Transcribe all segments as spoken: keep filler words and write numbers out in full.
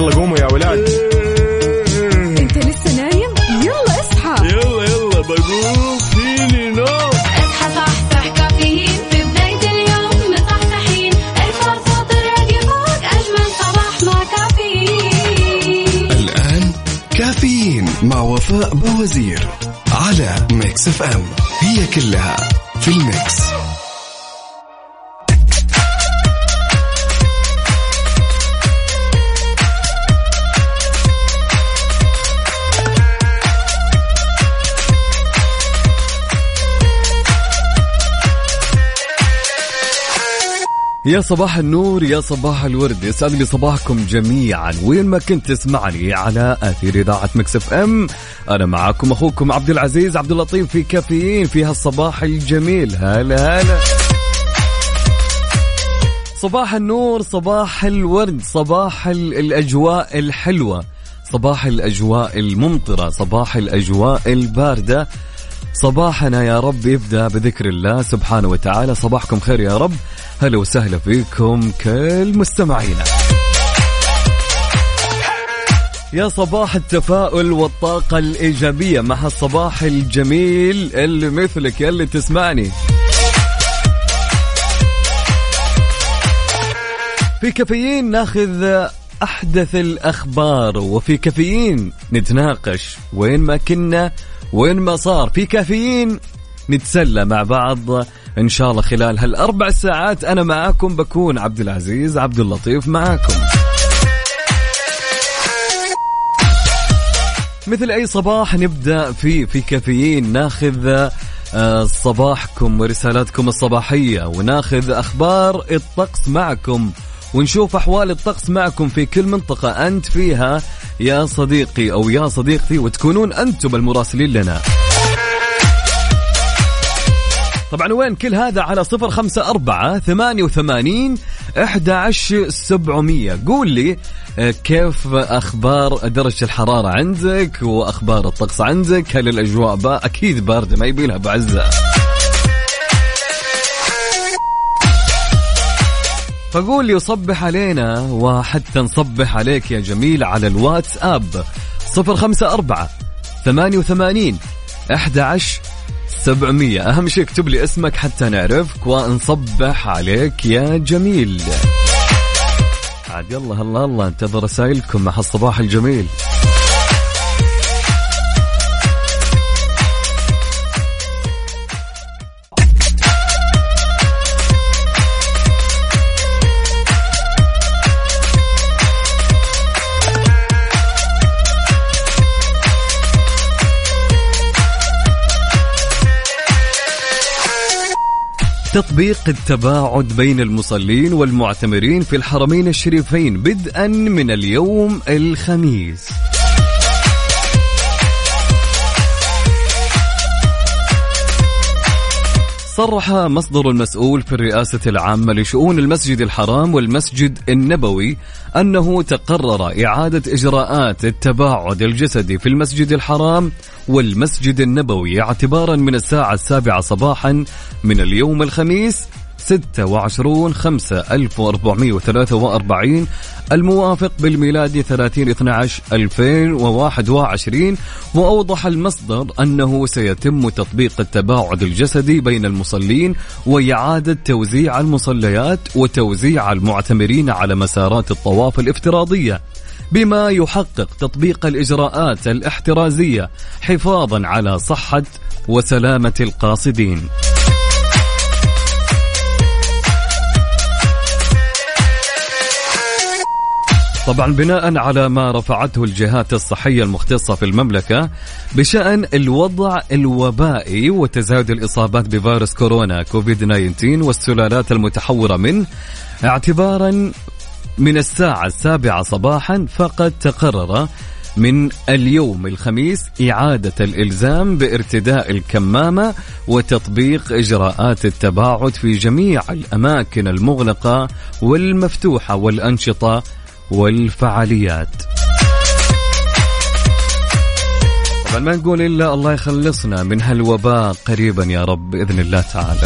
يلا قوموا يا ولاد. انت لسه نايم؟ يلا اصحى. يلا يلا بقوم فيني نوم. اصحى صحصح كافيين في بداية اليوم مصحصحين. ارفع صوت الراديو فوق أجمل صباح مع كافيين. الآن كافيين مع وفاء بوزير على ميكس اف ام. هي كلها في الميكس. يا صباح النور، يا صباح الورد، يسعد لي صباحكم جميعا وين ما كنت تسمعني على أثير إذاعة ميكس اف ام. أنا معكم أخوكم عبد العزيز عبد اللطيف في كافيين في هالصباح الجميل. هلا هلا، صباح النور، صباح الورد، صباح الأجواء الحلوة، صباح الأجواء الممطرة، صباح الأجواء الباردة. صباحنا يا رب يبدأ بذكر الله سبحانه وتعالى. صباحكم خير يا رب. هلا وسهلا فيكم كل مستمعينا. يا صباح التفاؤل والطاقة الإيجابية مع الصباح الجميل اللي مثلك يلي تسمعني. في كافيين ناخذ أحدث الأخبار، وفي كافيين نتناقش وين ما كنا وين ما صار. في كافيين نتسلى مع بعض إن شاء الله خلال هالأربع ساعات. أنا معاكم بكون عبد العزيز عبد اللطيف معاكم مثل أي صباح. نبدأ في في كافيين ناخذ صباحكم ورسالاتكم الصباحية، وناخذ أخبار الطقس معكم، ونشوف أحوال الطقس معكم في كل منطقة أنت فيها يا صديقي أو يا صديقتي، وتكونون أنتم المراسلين لنا. طبعا وين كل هذا؟ على صفر خمسة أربعة ثمانية وثمانين أحد عشر سبعمية. قول لي كيف أخبار درجة الحرارة عندك وأخبار الطقس عندك. هل الأجواء با أكيد باردة ما يبيلها بعزة؟ فقول لي وصبح علينا وحتى نصبح عليك يا جميل على الواتس آب صفر خمسة أربعة ثمانية وثمانين أحد عشر سبعمية. أهم شيء اكتب لي اسمك حتى نعرفك ونصبح عليك يا جميل. عاد يلا هلا الله انتظر رسائلكم مع الصباح الجميل. تطبيق التباعد بين المصلين والمعتمرين في الحرمين الشريفين بدءا من اليوم الخميس. صرح مصدر المسؤول في الرئاسة العامة لشؤون المسجد الحرام والمسجد النبوي أنه تقرر إعادة إجراءات التباعد الجسدي في المسجد الحرام والمسجد النبوي اعتبارا من الساعة السابعة صباحا من اليوم الخميس ستة وعشرين خمسة ألف وأربعمائة وثلاثة وأربعين الموافق بالميلاد ثلاثين اثنا عشر ألفين وواحد وعشرين. وأوضح المصدر أنه سيتم تطبيق التباعد الجسدي بين المصلين وإعادة توزيع المصليات وتوزيع المعتمرين على مسارات الطواف الافتراضية، بما يحقق تطبيق الإجراءات الاحترازية حفاظا على صحة وسلامة القاصدين. طبعا بناء على ما رفعته الجهات الصحية المختصة في المملكة بشأن الوضع الوبائي وتزايد الإصابات بفيروس كورونا كوفيد تسعة عشر والسلالات المتحورة منه، اعتبارا من الساعة السابعة صباحا فقد تقرر من اليوم الخميس إعادة الإلزام بارتداء الكمامة وتطبيق إجراءات التباعد في جميع الأماكن المغلقة والمفتوحة والأنشطة والفعاليات. طبعا ما نقول إلا الله يخلصنا من هالوباء قريبا يا رب بإذن الله تعالى.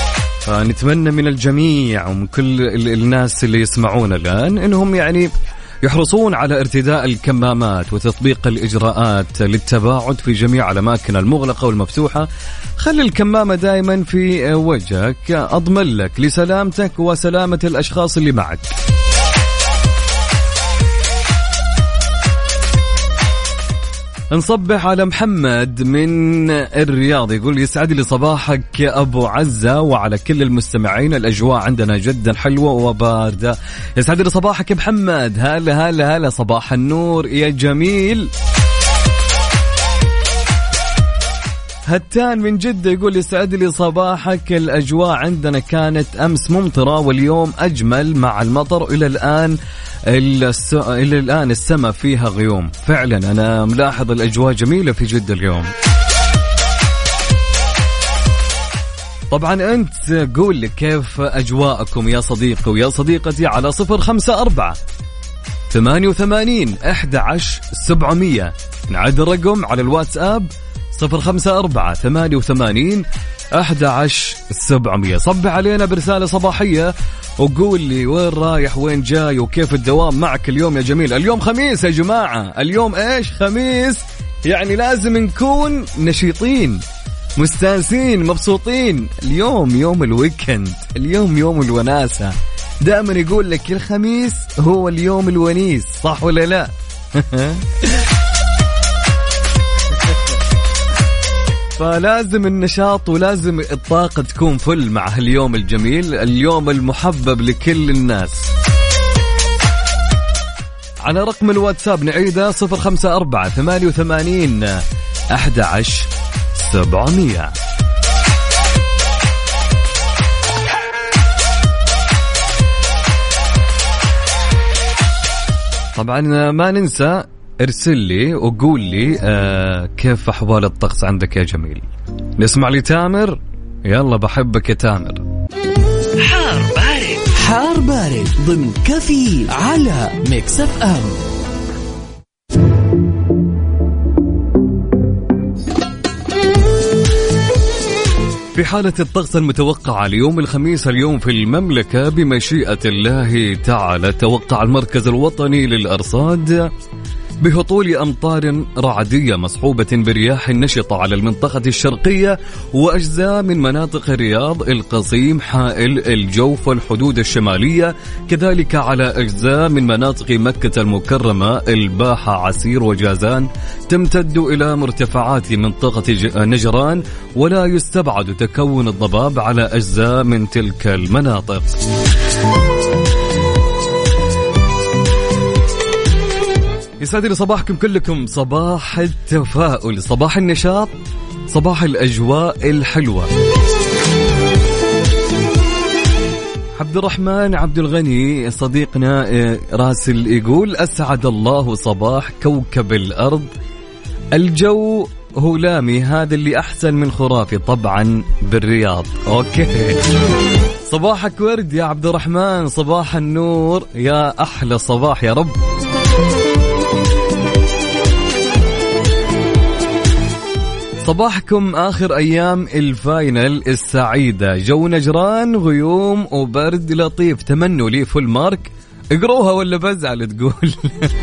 فنتمنى من الجميع ومن كل الناس اللي يسمعون الآن إنهم يعني يحرصون على ارتداء الكمامات وتطبيق الإجراءات للتباعد في جميع الأماكن المغلقة والمفتوحة. خلي الكمامة دائما في وجهك، أضمن لك لسلامتك وسلامة الأشخاص اللي معك. نصبح على محمد من الرياض، يقول يسعد لي صباحك يا أبو عزة وعلى كل المستمعين، الأجواء عندنا جدا حلوة وباردة. يسعد لي صباحك يا محمد، هلا هلا هلا، صباح النور يا جميل. هتان من جدة يقول يسعد لي صباحك، الأجواء عندنا كانت أمس ممطرة واليوم أجمل مع المطر، إلى الآن الس... إلى الآن السماء فيها غيوم. فعلا أنا ملاحظ الأجواء جميلة في جدة اليوم. طبعا أنت قول لي كيف أجواءكم يا صديقي ويا صديقتي على صفر خمسة أربعة ثمانية وثمانين أحد عشر سبعمية. نعد الرقم على الواتساب صفر خمسة أربعة ثمانية وثمانين أحد عشر سبعمية. صب علينا برسالة صباحية وقول لي وين رايح وين جاي وكيف الدوام معك اليوم يا جميل. اليوم خميس يا جماعة، اليوم إيش؟ خميس، يعني لازم نكون نشيطين مستانسين مبسوطين. اليوم يوم الويكند، اليوم يوم الوناسة. دائما يقول لك الخميس هو اليوم الونيس، صح ولا لا؟ فلازم النشاط ولازم الطاقة تكون فل مع هاليوم الجميل، اليوم المحبب لكل الناس. على رقم الواتساب نعيده صفر خمسة أربعة ثمانية وثمانين أحد عشر سبعمية. طبعا ما ننسى ارسل لي وقول لي آه كيف أحوال الطقس عندك يا جميل. نسمع لي تامر، يلا بحبك يا تامر. حار بارد، حار بارد ضمن كافيين على ميكس اف ام. في حالة الطقس المتوقعة ليوم الخميس اليوم في المملكة بمشيئة الله تعالى، توقع المركز الوطني للأرصاد بهطول أمطار رعدية مصحوبة برياح نشطة على المنطقة الشرقية وأجزاء من مناطق الرياض، القصيم، حائل، الجوف والحدود الشمالية، كذلك على أجزاء من مناطق مكة المكرمة، الباحة، عسير وجازان، تمتد إلى مرتفعات منطقة نجران، ولا يستبعد تكون الضباب على أجزاء من تلك المناطق. يسعد لي صباحكم كلكم، صباح التفاؤل، صباح النشاط، صباح الأجواء الحلوة. عبد الرحمن عبد الغني صديقنا راسل يقول أسعد الله صباح كوكب الأرض، الجو هلامي، هذا اللي أحسن من خرافي طبعا بالرياض. أوكي، صباحك ورد يا عبد الرحمن، صباح النور، يا أحلى صباح يا رب. صباحكم آخر أيام الفاينل السعيدة، جو نجران، غيوم وبرد لطيف، تمنوا لي فول مارك. اقروها ولا بزعل تقول.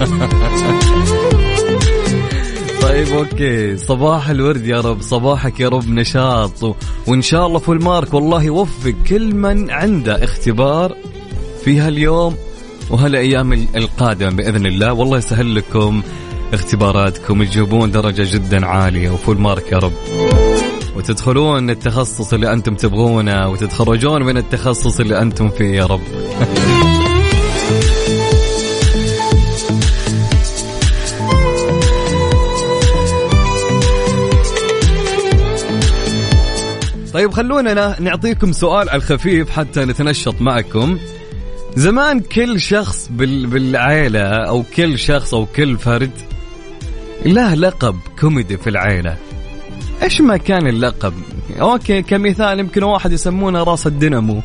طيب أوكي، صباح الورد يا رب، صباحك يا رب نشاط و... وإن شاء الله فول مارك. والله يوفق كل من عنده اختبار في هاليوم وهالأيام القادمة بإذن الله، والله يسهل لكم اختباراتكم، تجيبون درجة جدا عالية وفول مارك يا رب، وتدخلون التخصص اللي أنتم تبغونه وتتخرجون من التخصص اللي أنتم فيه يا رب. طيب خلونا نعطيكم سؤال على الخفيف حتى نتنشط معكم. زمان كل شخص بالعائلة أو كل شخص أو كل فرد له لقب كوميدي في العائلة. إيش ما كان اللقب؟ أوكي، كمثال يمكن واحد يسمونه راس الدينامو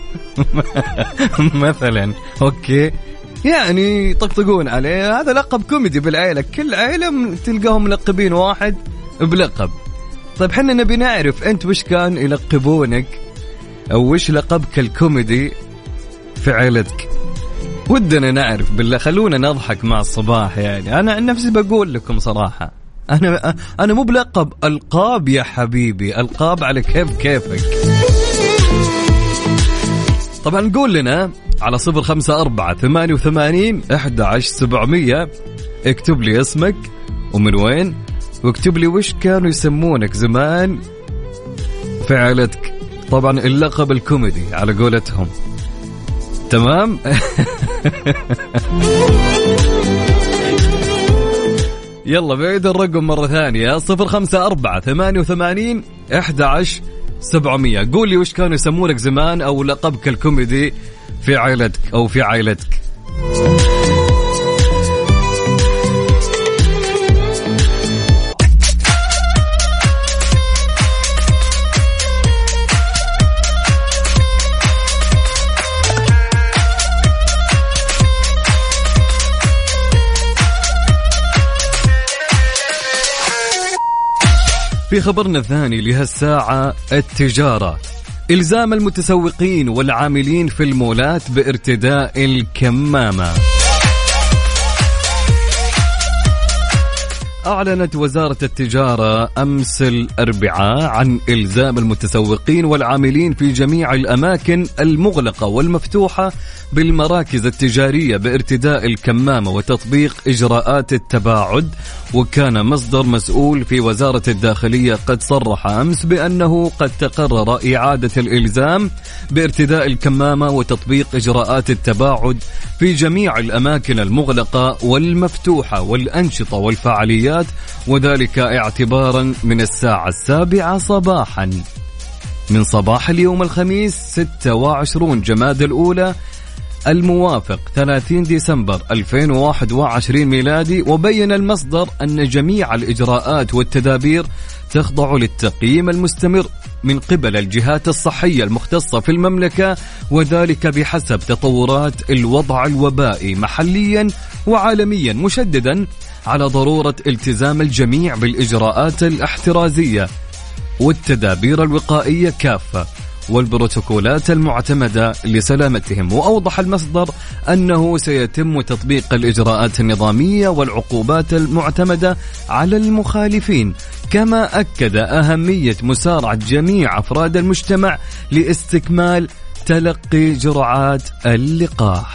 مثلا. أوكي، يعني يطقطقون عليه، هذا لقب كوميدي بالعائلة، كل عائلة تلقاهم ملقبين واحد بلقب. طيب حنا نبي نعرف أنت وش كان يلقبونك أو وش لقبك الكوميدي في عائلتك، ودنا نعرف بالله، خلونا نضحك مع الصباح. يعني أنا عن نفسي بقول لكم صراحة، أنا أنا مو بلقب، ألقاب يا حبيبي، ألقاب على كيف كيفك. طبعا نقول لنا على صفر خمسة أربعة ثمانية وثمانين أحد عشر سبعمية، اكتب لي اسمك ومن وين، واكتب لي وش كانوا يسمونك زمان في عائلتك. طبعا اللقب الكوميدي على قولتهم، تمام. يلا بعيد الرقم مرة ثانية، صفر خمسة أربعة ثمانية وثمانين أحد عشر سبعمية. قول لي وش كانوا يسمونك زمان أو لقبك الكوميدي في عائلتك أو في عائلتك. في خبرنا الثاني لهالساعة، التجارة، إلزام المتسوقين والعاملين في المولات بارتداء الكمامة. أعلنت وزارة التجارة أمس الأربعاء عن إلزام المتسوقين والعاملين في جميع الأماكن المغلقة والمفتوحة بالمراكز التجارية بارتداء الكمامة وتطبيق إجراءات التباعد. وكان مصدر مسؤول في وزارة الداخلية قد صرح أمس بأنه قد تقرر إعادة الإلزام بارتداء الكمامة وتطبيق إجراءات التباعد في جميع الأماكن المغلقة والمفتوحة والأنشطة والفعاليات، وذلك اعتبارا من الساعة السابعة صباحا من صباح اليوم الخميس ستة وعشرين جماد الأولى الموافق ثلاثين ديسمبر ألفين وواحد وعشرين ميلادي. وبين المصدر أن جميع الإجراءات والتدابير تخضع للتقييم المستمر من قبل الجهات الصحية المختصة في المملكة، وذلك بحسب تطورات الوضع الوبائي محليا وعالميا، مشددا على ضرورة التزام الجميع بالإجراءات الاحترازية والتدابير الوقائية كافة والبروتوكولات المعتمدة لسلامتهم. وأوضح المصدر أنه سيتم تطبيق الإجراءات النظامية والعقوبات المعتمدة على المخالفين، كما أكد أهمية مسارعة جميع أفراد المجتمع لاستكمال تلقي جرعات اللقاح.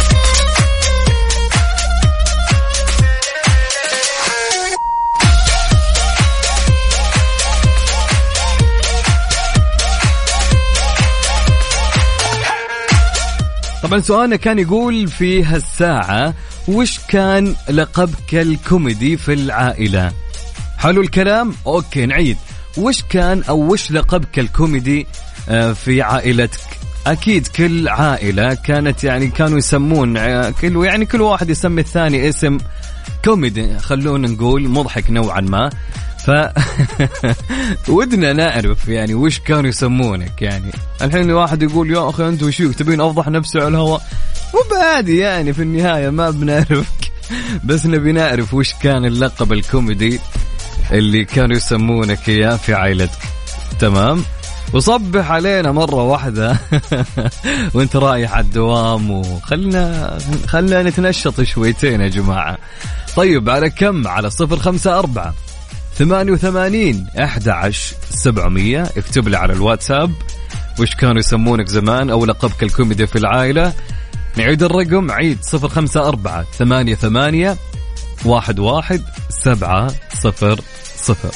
طبعا سؤالنا كان يقول في هالساعة، وش كان لقبك الكوميدي في العائلة؟ حلو الكلام؟ أوكي نعيد، وش كان أو وش لقبك الكوميدي في عائلتك؟ أكيد كل عائلة كانت يعني كانوا يسمون كل يعني كل واحد يسمي الثاني اسم كوميدي، خلونا نقول مضحك نوعا ما. ف ودنا نعرف يعني وش كانوا يسمونك. يعني الحين واحد يقول يا أخي أنت وشيك تبين أفضح نفسه على الهواء، وبعادي يعني في النهاية ما بنعرفك، بس نبي نعرف وش كان اللقب الكوميدي اللي كانوا يسمونك إياه في عائلتك. تمام؟ وصبح علينا مرة واحدة وانت رايح على الدوام، وخلنا خلنا نتنشط شويتين يا جماعة. طيب على كم؟ على صفر خمسة أربعة ثمانية وثمانين أحد عشر سبعمية. اكتب لي على الواتساب وش كانوا يسمونك زمان أو لقبك الكوميدي في العائلة. نعيد الرقم، عيد صفر خمسة أربعة ثمانية ثمانية واحد واحد سبعة صفر صفر.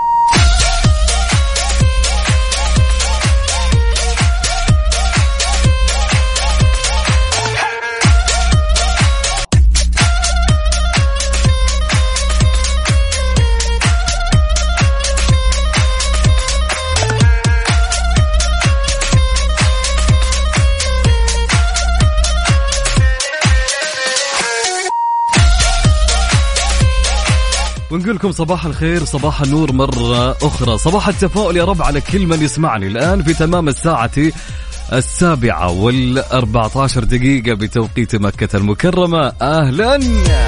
ونقول لكم صباح الخير، صباح النور مرة أخرى، صباح التفاؤل يا رب على كل من يسمعني الآن في تمام الساعة السابعة والأربعة عشر دقيقة بتوقيت مكة المكرمة. أهلا،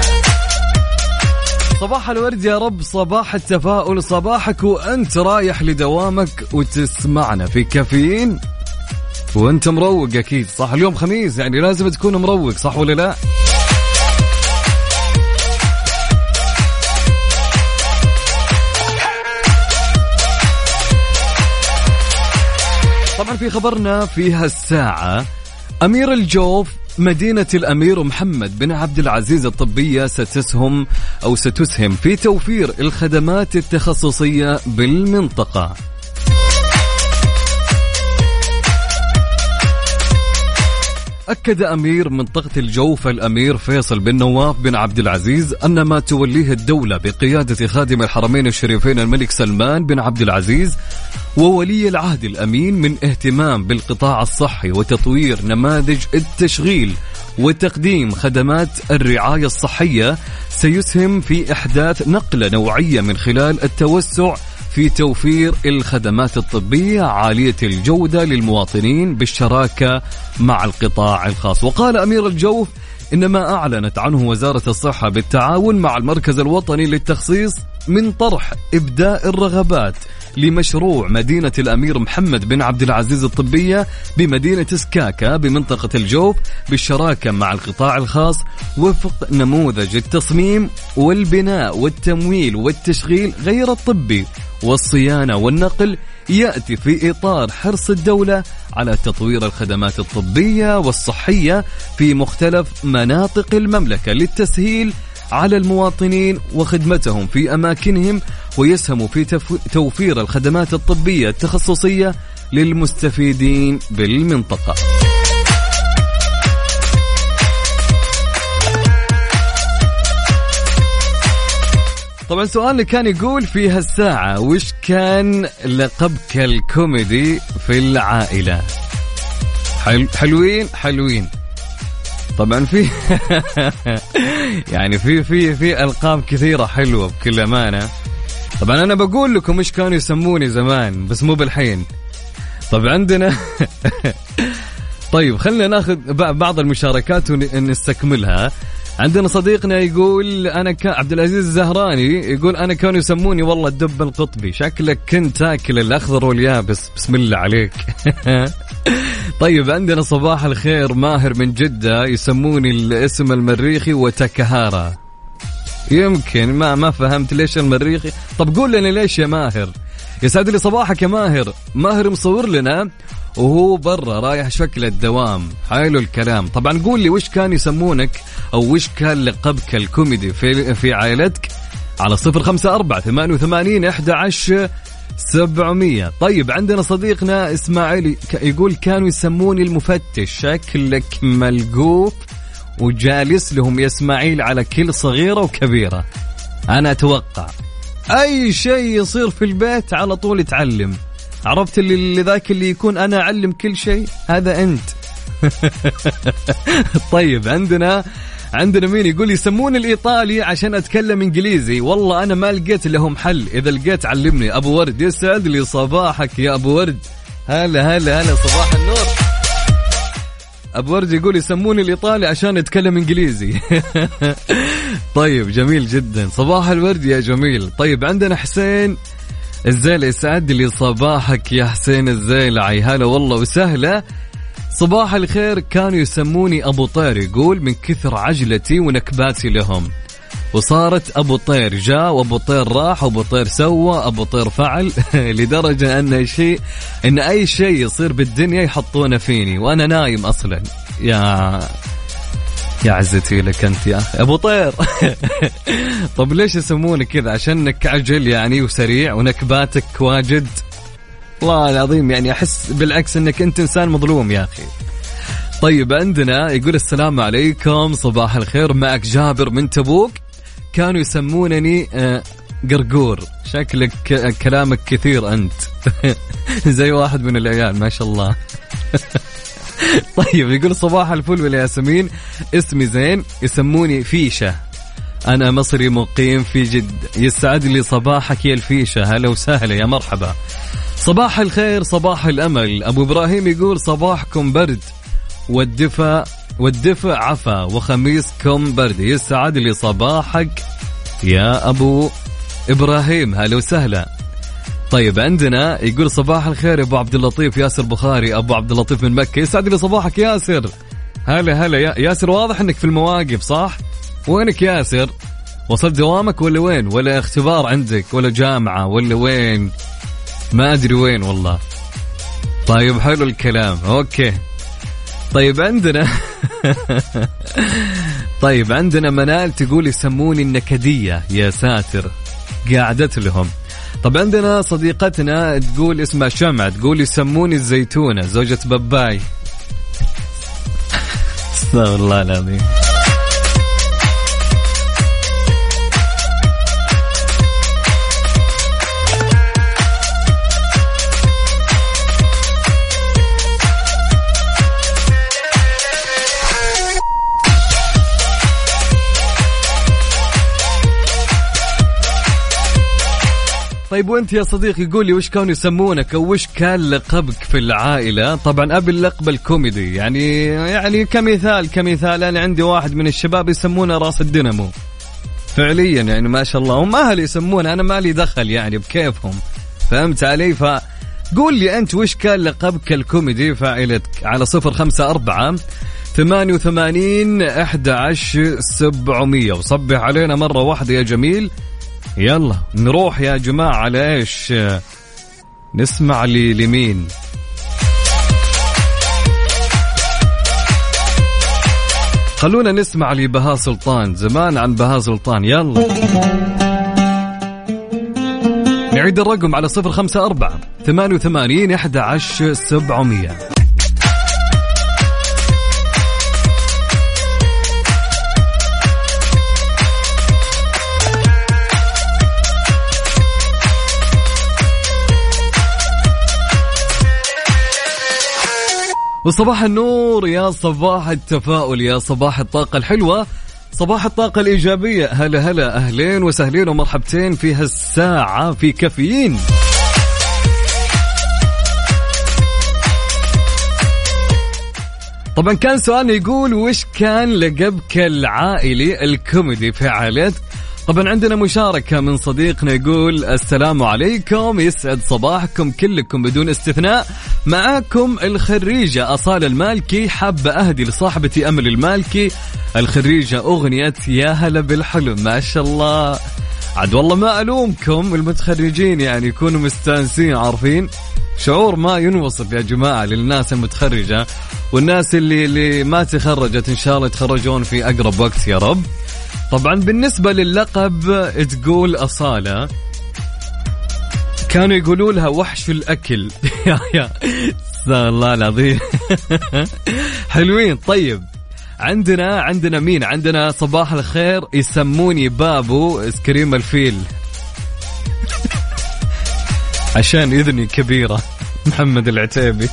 صباح الورد يا رب، صباح التفاؤل، صباحك وأنت رايح لدوامك وتسمعنا في كافيين وانت مروق اكيد صح، اليوم خميس يعني لازم تكون مروق صح ولا لا؟ طبعا في خبرنا في هالساعة أمير الجوف مدينة الأمير محمد بن عبد العزيز الطبية ستسهم أو ستسهم في توفير الخدمات التخصصية بالمنطقة. أكد أمير منطقة الجوف الأمير فيصل بن نواف بن عبد العزيز أن ما توليه الدولة بقيادة خادم الحرمين الشريفين الملك سلمان بن عبد العزيز وولي العهد الأمين من اهتمام بالقطاع الصحي وتطوير نماذج التشغيل وتقديم خدمات الرعاية الصحية سيسهم في إحداث نقلة نوعية من خلال التوسع في توفير الخدمات الطبية عالية الجودة للمواطنين بالشراكة مع القطاع الخاص. وقال أمير الجوف إن ما أعلنت عنه وزارة الصحة بالتعاون مع المركز الوطني للتخصيص من طرح إبداء الرغبات لمشروع مدينة الأمير محمد بن عبد العزيز الطبية بمدينة سكاكا بمنطقة الجوف بالشراكة مع القطاع الخاص وفق نموذج التصميم والبناء والتمويل والتشغيل غير الطبي والصيانة والنقل، يأتي في إطار حرص الدولة على تطوير الخدمات الطبية والصحية في مختلف مناطق المملكة للتسهيل على المواطنين وخدمتهم في أماكنهم، ويسهم في توفير الخدمات الطبية التخصصية للمستفيدين بالمنطقة. طبعا سؤالنا كان يقول في هالساعة وش كان لقبك الكوميدي في العائلة؟ حلو حلوين حلوين طبعا في يعني في في في ألقاب كثيرة حلوة بكل أمانة. طبعا أنا بقول لكم إيش كانوا يسموني زمان بس مو بالحين. طبعا عندنا طيب خلينا ناخذ بعض المشاركات ونستكملها. عندنا صديقنا يقول أنا ك... عبد العزيز الزهراني يقول أنا كانوا يسموني والله الدب القطبي، شكلك كنت تاكل الأخضر واليابس بسم الله عليك. طيب عندنا صباح الخير ماهر من جدة يسموني الاسم المريخي وتكهارا. يمكن ما ما فهمت ليش المريخي. طب قول لنا ليش يا ماهر. يسعد لي صباحك يا ماهر. ماهر مصور لنا وهو برا رايح شكل الدوام. حلو الكلام. طبعا قول لي وش كان يسمونك أو وش كان لقبك الكوميدي في في عائلتك على صفر خمسة أربعة ثمانية وثمانين أحد عشر سبعمية. طيب عندنا صديقنا إسماعيل يقول كانوا يسموني المفتش، شكلك ملقوف وجالس لهم يا إسماعيل على كل صغيرة وكبيرة. أنا أتوقع أي شيء يصير في البيت على طول يتعلم. عرفت اللي ذاك اللي يكون أنا أعلم كل شيء هذا أنت. طيب عندنا عندنا مين يقول يسمون الإيطالي عشان أتكلم إنجليزي. والله أنا ما لقيت لهم حل، إذا لقيت علمني. أبو ورد يسعد لي صباحك يا أبو ورد. هلا هلا هلا صباح النور. أبو ورد يقول يسمون الإيطالي عشان أتكلم إنجليزي. طيب جميل جدا صباح الورد يا جميل. طيب عندنا حسين الزيل يسعد لي صباحك يا حسين الزيلعي. هلا والله وسهلا صباح الخير. كانوا يسموني أبو طير يقول من كثر عجلتي ونكباتي لهم، وصارت أبو طير جاء وأبو طير راح وأبو طير سوى أبو طير فعل. لدرجة أن شيء إن أي شيء يصير بالدنيا يحطونه فيني وأنا نايم أصلا. يا يا عزتي لك أنت يا أخي أبو طير. طب ليش يسمونك كذا؟ عشانك عجل يعني وسريع ونكباتك واجد؟ والله العظيم يعني أحس بالعكس أنك أنت إنسان مظلوم يا أخي. طيب عندنا يقول السلام عليكم صباح الخير، معك جابر من تبوك. كانوا يسمونني قرقور، شكلك كلامك كثير أنت. زي واحد من العيال ما شاء الله. طيب يقول صباح الفل والياسمين، اسمي زين يسموني فيشة، أنا مصري مقيم في جدة. يسعد لي صباحك يا الفيشة. هلا وسهلا يا مرحبا. صباح الخير صباح الأمل. أبو إبراهيم يقول صباحكم برد والدفء والدفء عفا وخميسكم برد. يسعد لي صباحك يا أبو إبراهيم. هلا وسهلا. طيب عندنا يقول صباح الخير ابو عبد اللطيف، ياسر بخاري ابو عبد اللطيف من مكة. يسعد لي صباحك ياسر. هلا هلا يا ياسر، واضح انك في المواقف صح؟ وينك ياسر؟ وصلت دوامك ولا وين؟ ولا اختبار عندك ولا جامعة ولا وين؟ ما ادري وين والله. طيب حلو الكلام، اوكي. طيب عندنا طيب عندنا منال تقول يسموني النكدية. يا ساتر، قاعدت لهم. طب عندنا صديقتنا تقول اسمها شمعة، تقول يسموني الزيتونة زوجة بباي. استغفر الله العظيم. طيب وانت يا صديقي يقول لي وش كانوا يسمونك او وش كان لقبك في العائلة؟ طبعا ابي اللقب الكوميدي، يعني يعني كمثال كمثال انا عندي واحد من الشباب يسمونه راس الدينامو فعليا، يعني ما شاء الله. هم اهلي يسمونه، انا مالي دخل يعني بكيفهم، فهمت علي؟ فقول لي انت وش كان لقبك الكوميدي في عائلتك على صفر خمسة أربعة ثمانية وثمانين أحد عشر سبعمية وصبح علينا مرة واحدة يا جميل. يلا نروح يا جماعة على ايش؟ نسمع لي لمين؟ خلونا نسمع لي بهاء سلطان، زمان عن بهاء سلطان. يلا نعيد الرقم على صفر خمسة أربعة ثمانية وثمانين أحد عشر سبعمية. وصباح النور، يا صباح التفاؤل، يا صباح الطاقة الحلوة، صباح الطاقة الإيجابية. هلا هلا، أهلين وسهلين ومرحبتين في هالساعة في كافيين. طبعا كان سؤالنا يقول وش كان لقبك العائلي الكوميدي في عائلتك؟ طبعا عندنا مشاركة من صديقنا يقول السلام عليكم، يسعد صباحكم كلكم بدون استثناء، معاكم الخريجة أصالة المالكي، حابة أهدي لصاحبتي أمل المالكي الخريجة أغنية يا هلا بالحلم. ما شاء الله، عاد والله ما ألومكم، المتخرجين يعني يكونوا مستانسين، عارفين شعور ما ينوصف يا جماعة للناس المتخرجة، والناس اللي, اللي ما تخرجت إن شاء الله يتخرجون في أقرب وقت يا رب. طبعا بالنسبة للقب تقول أصالة كانوا يقولوا لها وحش الأكل. يا يا الله العظيم. حلوين. طيب عندنا عندنا مين؟ عندنا صباح الخير، يسموني بابو اسكريم الفيل عشان إذني كبيرة. محمد العتيبي.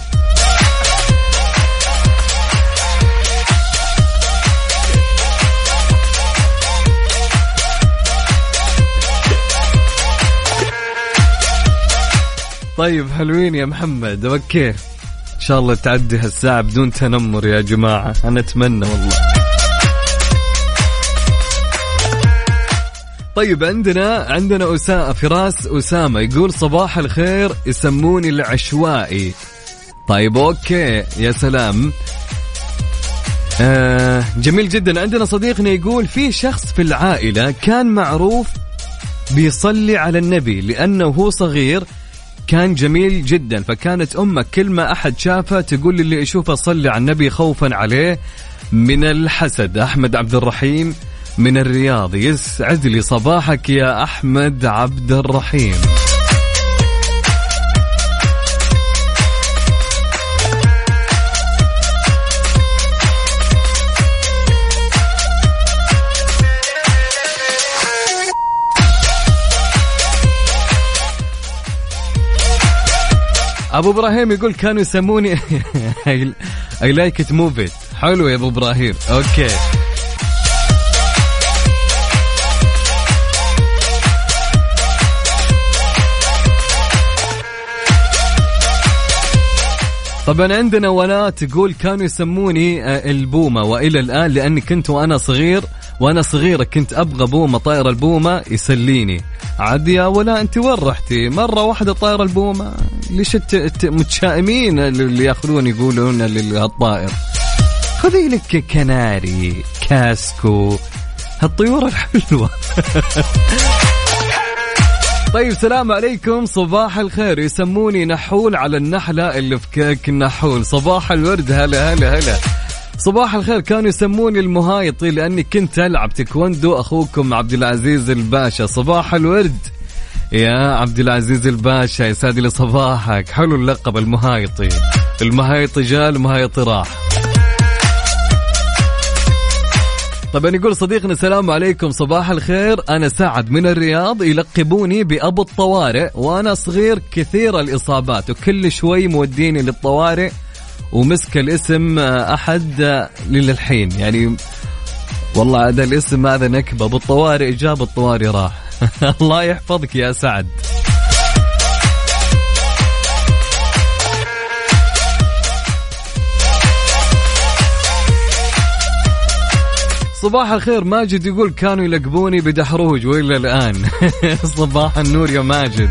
طيب حلوين يا محمد، اوكي ان شاء الله تعدي هالساعة بدون تنمر يا جماعة، انا اتمنى والله. طيب عندنا عندنا أسامة فراس أسامة يقول صباح الخير، يسموني العشوائي. طيب اوكي يا سلام، آه جميل جدا. عندنا صديقنا يقول في شخص في العائلة كان معروف بيصلي على النبي لأنه هو صغير كان جميل جدا، فكانت أمه كل ما أحد شافه تقول اللي يشوفه صلي على النبي خوفا عليه من الحسد. أحمد عبد الرحيم من الرياض، يسعد لي صباحك يا أحمد عبد الرحيم. أبو إبراهيم يقول كانوا يسموني I like it move it. حلو يا أبو إبراهيم، أوكي. طبعا عندنا ولاء تقول كانوا يسموني البومة وإلى الآن لأني كنت وأنا صغير وأنا صغيرة كنت أبغى بومة طائرة البومة يسليني. عاد يا ولا أنت وين رحتي؟ مرة واحدة طائرة البومة. ليش متشائمين اللي يأخذون يقولون للطائر؟ خذي لك كناري، كاسكو، هالطيور الحلوة. طيب سلام عليكم، صباح الخير. يسموني نحول على النحلة اللي في كيك النحول. صباح الورد. هلا هلا هلا. صباح الخير. كانوا يسموني المهايطي لأني كنت ألعب تايكوندو. أخوكم عبد العزيز الباشا. صباح الورد يا عبد العزيز الباشا، يسعد لي صباحك. حلو اللقب المهايطي. المهايطي جاء، المهايطي راح. طبعا يقول صديقنا السلام عليكم، صباح الخير، أنا سعد من الرياض، يلقبوني بأبو الطوارئ، وأنا صغير كثير الإصابات وكل شوي موديني للطوارئ ومسك الاسم أحد للحين. يعني والله هذا الاسم هذا نكبة. أبو الطوارئ جاب الطوارئ راح. الله يحفظك يا سعد. صباح الخير. ماجد يقول كانوا يلقبوني بدحروج وإلا الآن. صباح النور يا ماجد.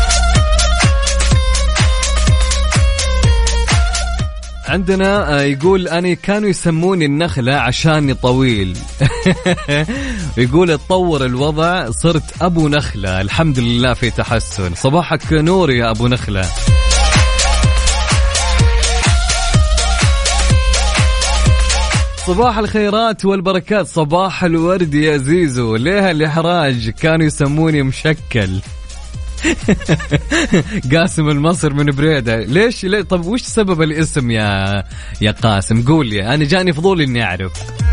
عندنا يقول أنا كانوا يسموني النخلة عشاني طويل. يقول اتطور الوضع صرت أبو نخلة، الحمد لله في تحسن. صباحك نور يا أبو نخلة. صباح الخيرات والبركات. صباح الورد يا زيزو. ليه الإحراج؟ كانوا يسموني مشكل. قاسم المصر من بريدة. ليش؟ ليه؟ طب وش سبب الاسم يا يا قاسم؟ قول لي، أنا جاني فضول إني أعرف.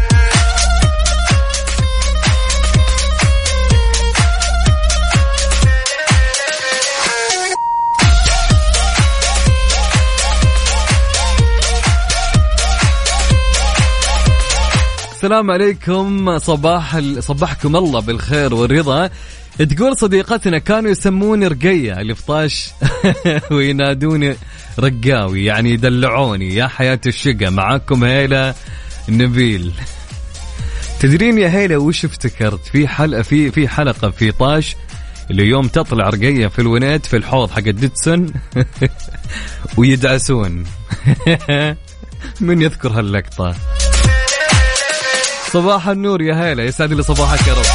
السلام عليكم، صباح صباحكم الله بالخير والرضا. تقول صديقتنا كانوا يسموني رقية الفطاش وينادوني رقاوي، يعني يدلعوني. يا حياة الشقة، معاكم هيلة نبيل. تدرين يا هيلة وش افتكرت؟ في حلقة في في حلقة في طاش اللي يوم تطلع رقية في الونات في الحوض حق الديتسون ويدعسون. من يذكر هاللقطة؟ صباح النور يا هيلة، يسعد لي صباحك يا رب.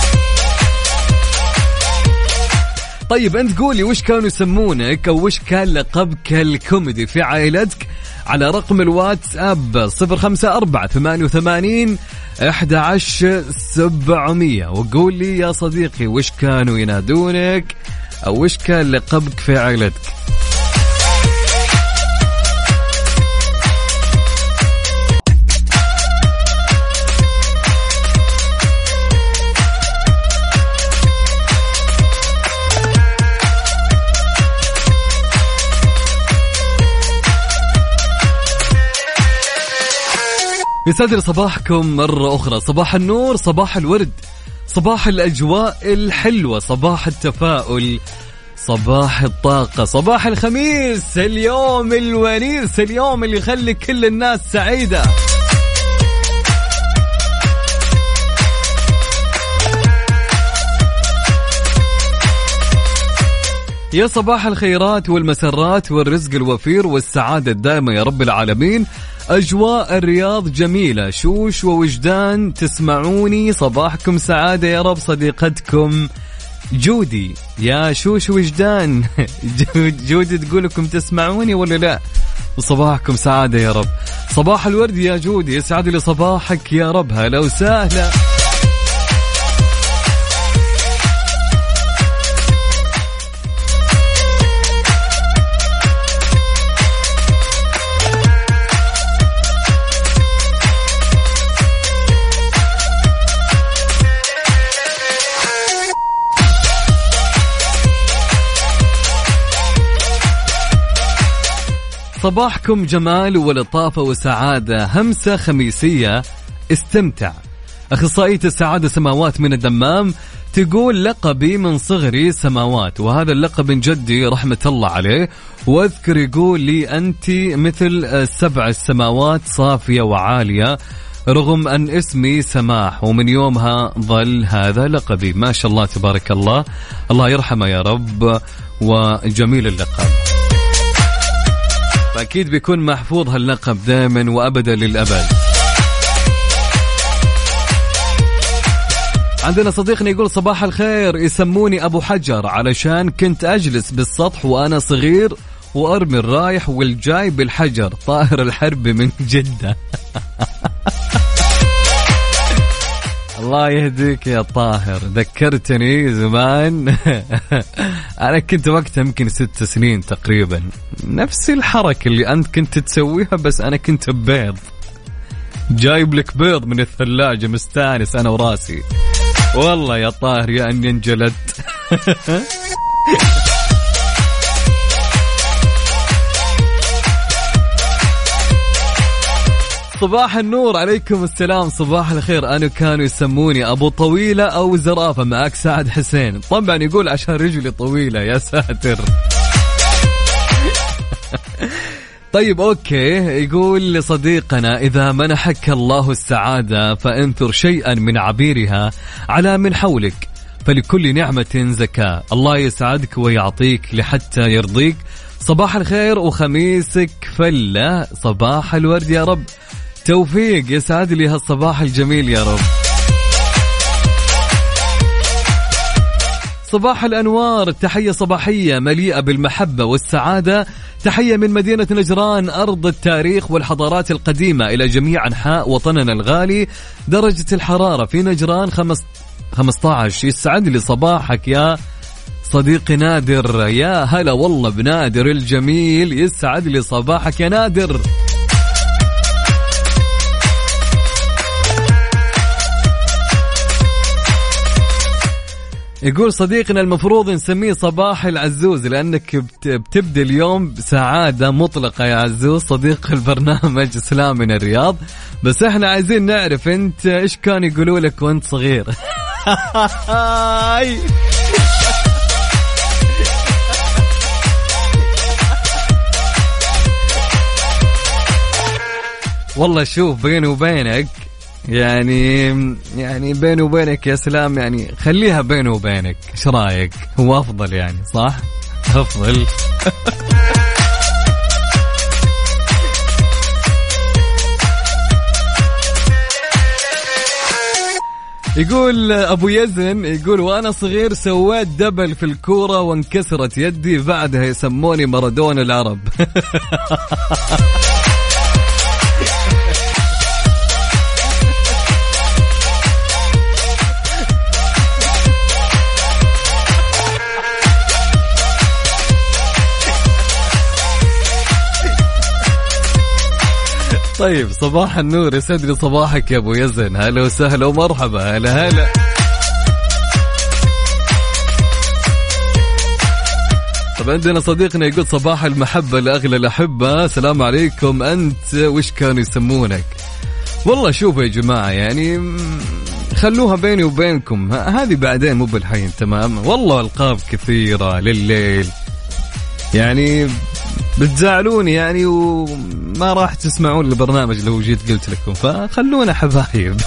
طيب أنت قولي وش كانوا يسمونك أو وش كان لقبك الكوميدي في عائلتك على رقم الواتساب صفر خمسة أربعة ثمانية وثمانين أحد عشر سبعمية، وقول لي يا صديقي وش كانوا ينادونك أو وش كان لقبك في عائلتك. يسعد لي صباحكم مرة أخرى. صباح النور، صباح الورد، صباح الأجواء الحلوة، صباح التفاؤل، صباح الطاقة، صباح الخميس، اليوم الونيس، اليوم اللي يخلي كل الناس سعيدة. يا صباح الخيرات والمسرات والرزق الوفير والسعادة الدائمة يا رب العالمين. أجواء الرياض جميلة، شوش ووجدان تسمعوني، صباحكم سعادة يا رب. صديقتكم جودي. يا شوش وجدان. جودي تقول لكم تسمعوني ولا لا؟ وصباحكم سعادة يا رب. صباح الورد يا جودي، يسعد لي صباحك يا رب. هلا وسهلا. صباحكم جمال ولطافة وسعادة، همسة خميسية، استمتع. أخصائية السعادة سماوات من الدمام تقول لقبي من صغري سماوات، وهذا اللقب من جدي رحمة الله عليه، واذكر يقول لي أنت مثل سبع السماوات صافية وعالية، رغم أن اسمي سماح ومن يومها ظل هذا لقبي. ما شاء الله تبارك الله، الله يرحمه يا رب، وجميل اللقب، فأكيد بيكون محفوظ هاللقب دائما وأبدا للأبد. عندنا صديقنا يقول صباح الخير، يسموني أبو حجر علشان كنت أجلس بالسطح وأنا صغير وأرمي الرايح والجاي بالحجر. طاهر الحربي من جدة. الله يهديك يا طاهر، ذكرتني زمان. أنا كنت وقتها يمكن ست سنين تقريبا، نفس الحركة اللي أنت كنت تسويها، بس أنا كنت ببيض، جايب لك بيض من الثلاجة مستانس أنا وراسي. والله يا طاهر يا أني انجلدت. صباح النور، عليكم السلام، صباح الخير. أنا كانوا يسموني أبو طويلة أو زرافة. معك سعد حسين. طبعا يقول عشان رجلي طويلة. يا ساتر. طيب أوكي، يقول لصديقنا إذا منحك الله السعادة فانثر شيئا من عبيرها على من حولك، فلكل نعمة زكاة. الله يسعدك ويعطيك لحتى يرضيك. صباح الخير وخميسك فلة، صباح الورد يا رب. توفيق، يسعد لي هالصباح الجميل يا رب. صباح الأنوار، تحية صباحية مليئة بالمحبة والسعادة. تحية من مدينة نجران، أرض التاريخ والحضارات القديمة، إلى جميع أنحاء وطننا الغالي. درجة الحرارة في نجران خمسة عشر. يسعد لي صباحك يا صديقي نادر. يا هلا والله بنادر الجميل، يسعد لي صباحك يا نادر. يقول صديقنا المفروض نسميه صباح العزوز لأنك بتبدأ اليوم بسعادة مطلقة يا عزوز. صديق البرنامج سلام من الرياض. بس احنا عايزين نعرف انت ايش كان يقولوا لك وانت صغير. والله شوف، بيني وبينك يعني يعني بيني وبينك يا سلام، يعني خليها بيني وبينك، ايش رايك؟ هو افضل يعني، صح؟ افضل. يقول ابو يزن، يقول وانا صغير سويت دبل في الكوره وانكسرت يدي، بعدها يسموني مارادونا العرب. طيب صباح النور، يسعد لي صباحك يا ابو يزن. هلا وسهلا ومرحبا. هلا هلا. طب عندنا صديقنا يقول صباح المحبة لأغلى الأحبة. السلام عليكم، أنت وش كانوا يسمونك؟ والله شوفوا يا جماعة، يعني خلوها بيني وبينكم، هذه بعدين مو بالحين. تمام. والله ألقاب كثيرة لليل، يعني بتزعلوني يعني وما راح تسمعون البرنامج لو جيت قلت لكم، فخلونا حبايب.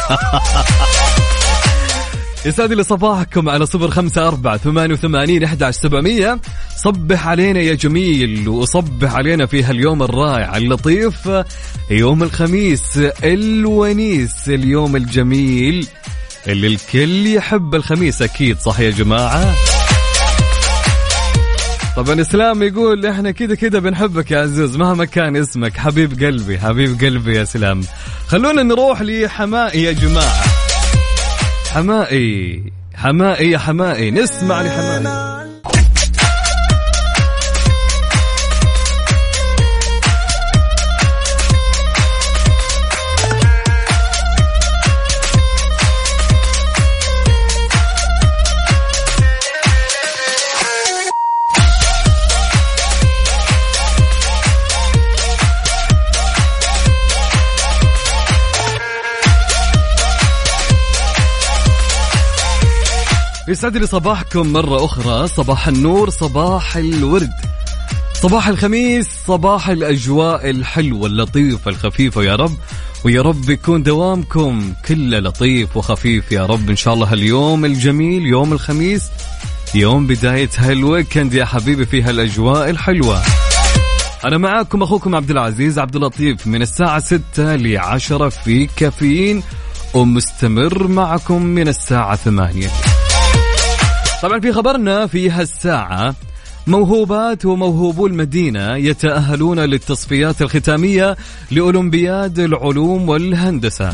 يسعد لي صباحكم على صفر خمسة أربعة ثمانية وثمانين أحد عشر سبعمية. صبح علينا يا جميل، وصبح علينا في هاليوم الرائع اللطيف، يوم الخميس الونيس، اليوم الجميل اللي الكل يحب الخميس. أكيد صح يا جماعة. طبعا إسلام يقول إحنا كده كده بنحبك يا عزوز مهما كان اسمك، حبيب قلبي حبيب قلبي يا سلام. خلونا نروح لحمائي يا جماعة. حمائي حمائي يا حمائي، نسمع لحمائي. يسعد لي صباحكم مرة أخرى، صباح النور، صباح الورد، صباح الخميس، صباح الأجواء الحلوة اللطيفة الخفيفة يا رب. ويا رب يكون دوامكم كله لطيف وخفيف يا رب. إن شاء الله اليوم الجميل يوم الخميس يوم بداية هالويكند يا حبيبي في هالأجواء الحلوة. أنا معاكم أخوكم عبد العزيز عبد اللطيف من الساعة ستة لعشرة في كافيين، ومستمر معكم من الساعة ثمانية. طبعا في خبرنا في هالساعة موهوبات وموهوبو المدينة يتأهلون للتصفيات الختامية لأولمبياد العلوم والهندسة.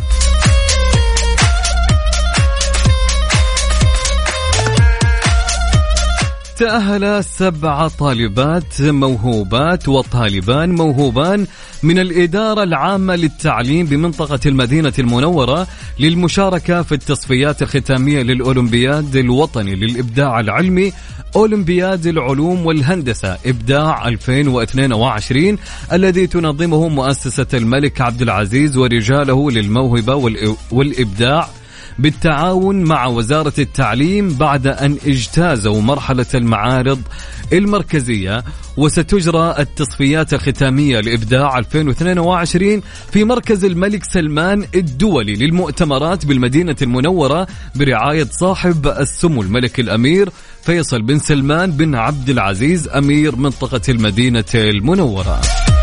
تأهل سبع طالبات موهوبات وطالبان موهوبان من الإدارة العامة للتعليم بمنطقة المدينة المنورة للمشاركة في التصفيات الختامية للأولمبياد الوطني للإبداع العلمي أولمبياد العلوم والهندسة إبداع ألفين واثنين وعشرين الذي تنظمه مؤسسة الملك عبد العزيز ورجاله للموهبة والإبداع بالتعاون مع وزارة التعليم بعد أن اجتازوا مرحلة المعارض المركزية. وستجرى التصفيات الختامية لإبداع ألفين واثنين وعشرين في مركز الملك سلمان الدولي للمؤتمرات بالمدينة المنورة برعاية صاحب السمو الملك الأمير فيصل بن سلمان بن عبد العزيز أمير منطقة المدينة المنورة.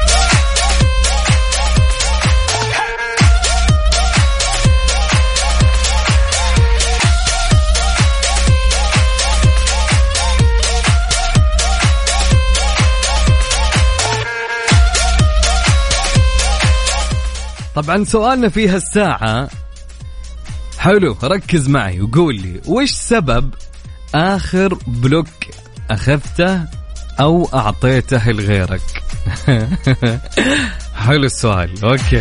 طبعا سؤالنا في هالساعة حلو، ركز معي وقول لي وش سبب آخر بلوك أخذته أو أعطيته لغيرك؟ حلو السؤال. أوكي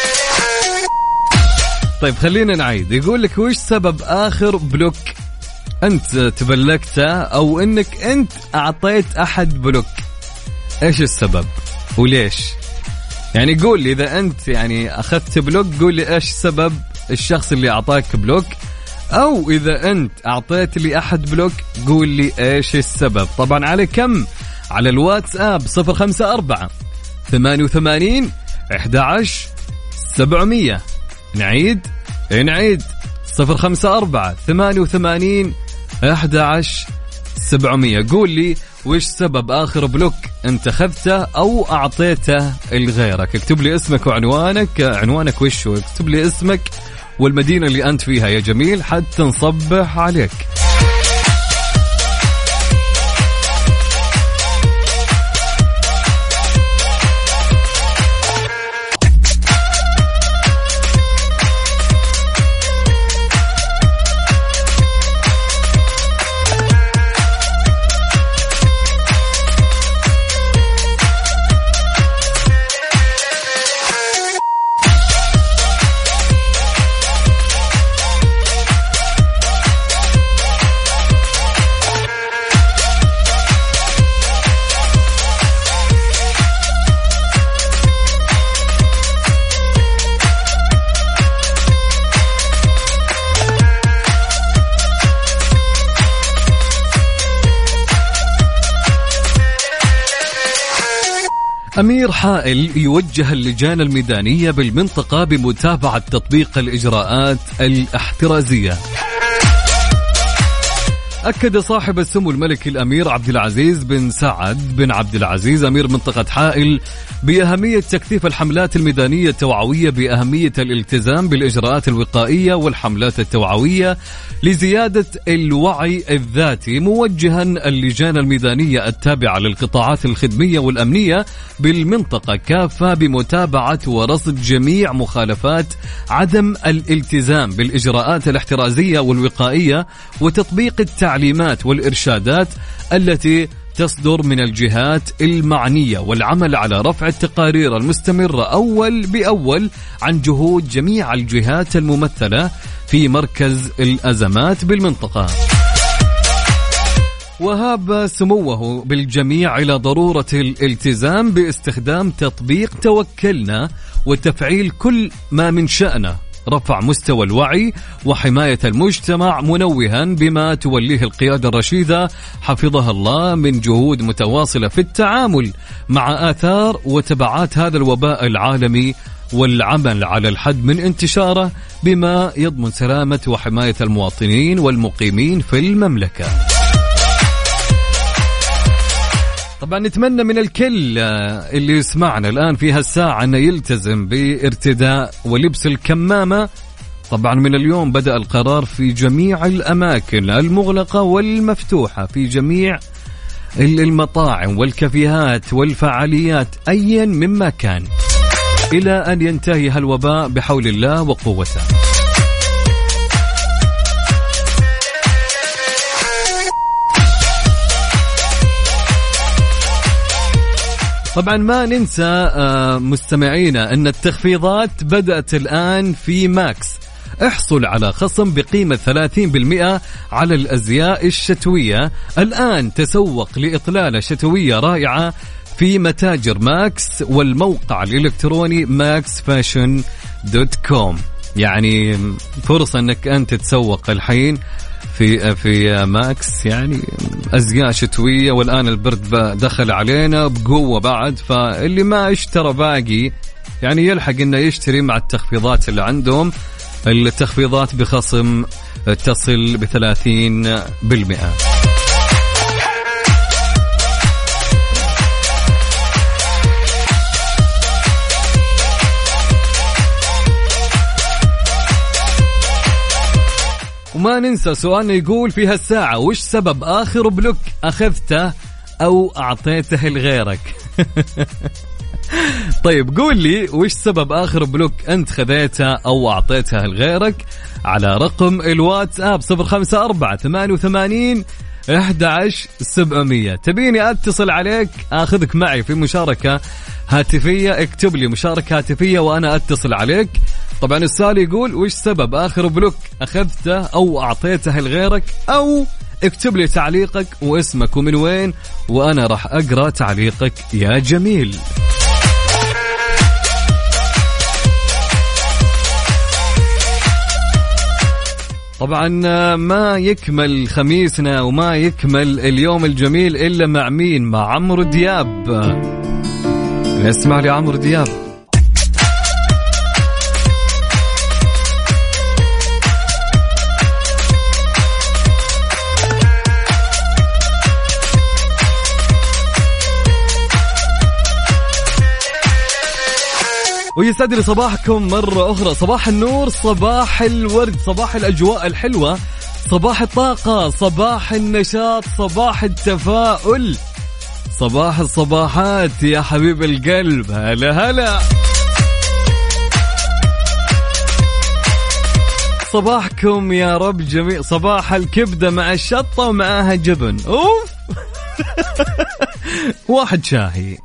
طيب خلينا نعيد. يقول لك وش سبب آخر بلوك أنت تبلكته أو أنك أنت أعطيت أحد بلوك؟ إيش السبب وليش؟ يعني قول لي إذا أنت يعني أخذت بلوك قول لي إيش سبب الشخص اللي أعطاك بلوك، أو إذا أنت أعطيت لي أحد بلوك قول لي إيش السبب. طبعا على كم؟ على الواتساب صفر خمسة أربعة ثمانية وثمانين أحد عشر سبعمية. نعيد نعيد صفر خمسة أربعة ثمانية وثمانين أحد عشر سبعمية. قول لي وش سبب آخر بلوك أنت أخذته أو أعطيته لغيرك. اكتب لي اسمك وعنوانك. عنوانك وش هو؟ اكتب لي اسمك والمدينة اللي أنت فيها يا جميل حتى نصبح عليك. أمير حائل يوجه اللجان الميدانية بالمنطقة بمتابعة تطبيق الإجراءات الاحترازية. أكد صاحب السمو الملك الأمير عبد العزيز بن سعد بن عبد العزيز أمير منطقة حائل بأهمية تكثيف الحملات الميدانية التوعوية بأهمية الالتزام بالإجراءات الوقائية والحملات التوعوية لزيادة الوعي الذاتي، موجها اللجان الميدانية التابعة للقطاعات الخدمية والأمنية بالمنطقة كافة بمتابعة ورصد جميع مخالفات عدم الالتزام بالإجراءات الاحترازية والوقائية وتطبيق التعليمات والإرشادات التي تصدر من الجهات المعنية، والعمل على رفع التقارير المستمرة أول بأول عن جهود جميع الجهات الممثلة في مركز الأزمات بالمنطقة. وهاب سموه بالجميع إلى ضرورة الالتزام باستخدام تطبيق توكلنا وتفعيل كل ما من شأنه رفع مستوى الوعي وحماية المجتمع، منوها بما توليه القيادة الرشيدة حفظها الله من جهود متواصلة في التعامل مع آثار وتبعات هذا الوباء العالمي والعمل على الحد من انتشاره بما يضمن سلامة وحماية المواطنين والمقيمين في المملكة. طبعا نتمنى من الكل اللي يسمعنا الآن في هالساعة أنه يلتزم بارتداء ولبس الكمامة. طبعا من اليوم بدأ القرار في جميع الأماكن المغلقة والمفتوحة، في جميع المطاعم والكافيهات والفعاليات أيا مما كان، إلى أن ينتهي هالوباء بحول الله وقوته. طبعا ما ننسى مستمعينا أن التخفيضات بدأت الآن في ماكس. احصل على خصم بقيمة ثلاثين بالمئة على الأزياء الشتوية. الآن تسوق لإطلالة شتوية رائعة في متاجر ماكس والموقع الإلكتروني ماكس فاشن دوت كوم. يعني فرصة أنك أنت تتسوق الحين في في ماكس، يعني أزياء شتوية، والآن البرد دخل علينا بقوة بعد، فاللي ما اشترى باقي يعني يلحق إنه يشتري مع التخفيضات اللي عندهم. التخفيضات بخصم تصل بثلاثين بالمئة. وما ننسى سؤالنا يقول في هالساعة: وش سبب آخر بلوك أخذته أو أعطيته لغيرك؟ طيب قول لي وش سبب آخر بلوك أنت خذيته أو أعطيته لغيرك على رقم الواتساب صفر خمسة أربعة ثمانية وثمانين أحد عشر سبعمية. تبيني أتصل عليك أخذك معي في مشاركة هاتفية؟ اكتب لي مشاركة هاتفية وأنا أتصل عليك. طبعا السؤال يقول وش سبب آخر بلوك أخذته أو أعطيته لغيرك، أو اكتب لي تعليقك واسمك ومن وين وأنا راح أقرأ تعليقك يا جميل. طبعا ما يكمل خميسنا وما يكمل اليوم الجميل إلا مع مين؟ مع عمرو دياب. نسمع لي عمرو دياب. ويسعد لي صباحكم مرة أخرى، صباح النور، صباح الورد، صباح الأجواء الحلوة، صباح الطاقة، صباح النشاط، صباح التفاؤل، صباح الصباحات يا حبيب القلب. هلا هلا، صباحكم يا رب جميل. صباح الكبدة مع الشطة ومعاها جبن، أوف. واحد شاهي.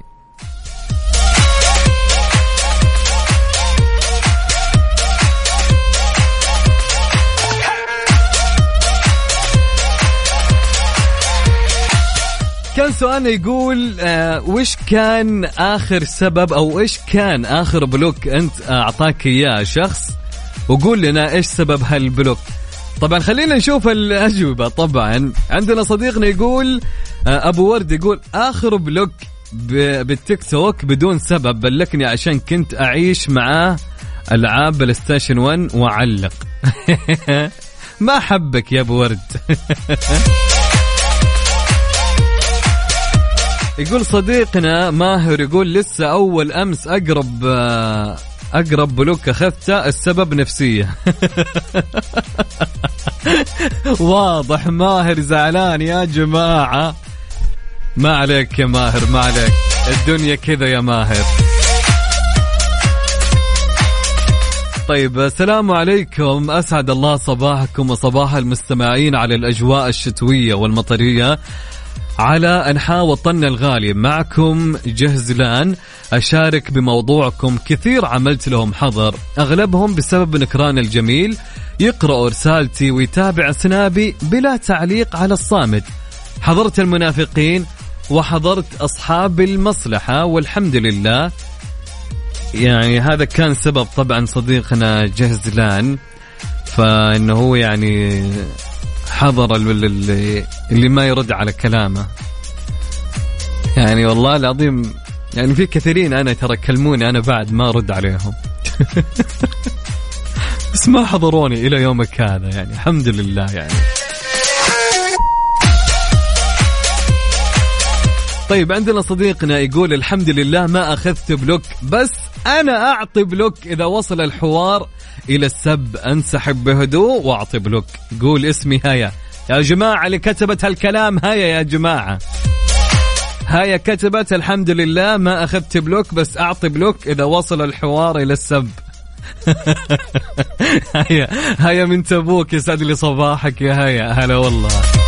كان سؤالنا يقول آه وش كان آخر سبب أو إيش كان آخر بلوك أنت أعطاك إياه شخص، وقول لنا إيش سبب هالبلوك. طبعا خلينا نشوف الأجوبة. طبعا عندنا صديقنا يقول آه أبو ورد يقول آخر بلوك بالتيك توك بدون سبب، بلكني عشان كنت أعيش معاه ألعاب بلاي ستيشن واحد وأعلق. ما حبك يا أبو ورد. يقول صديقنا ماهر يقول لسه أول أمس أقرب أقرب بلوك أخذته، السبب نفسية. واضح ماهر زعلان يا جماعة. ما عليك يا ماهر، ما عليك، الدنيا كذا يا ماهر. طيب السلام عليكم، أسعد الله صباحكم وصباح المستمعين على الأجواء الشتوية والمطرية على أنحاء وطننا الغالي. معكم جهزلان، أشارك بموضوعكم. كثير عملت لهم حظر، أغلبهم بسبب نكران الجميل، يقرأ رسالتي ويتابع سنابي بلا تعليق على الصامت. حضرت المنافقين وحضرت أصحاب المصلحة والحمد لله. يعني هذا كان سبب طبعا صديقنا جهزلان، فإنه هو يعني حضر اللي, اللي ما يرد على كلامه. يعني والله العظيم يعني في كثيرين أنا ترى كلموني أنا بعد ما أرد عليهم. بس ما حضروني إلى يومك هذا يعني، الحمد لله يعني. طيب عندنا صديقنا يقول الحمد لله ما أخذت بلوك، بس أنا أعطي بلوك إذا وصل الحوار إلى السب، أنسحب بهدوء وأعطي بلوك. قول اسمي هيا يا جماعة، اللي كتبت هالكلام هيا يا جماعة. هيا كتبت الحمد لله ما أخذت بلوك، بس أعطي بلوك إذا وصل الحوار إلى السب. هيا هيا من تبوك، يسعد لي صباحك يا هيا، هلا والله.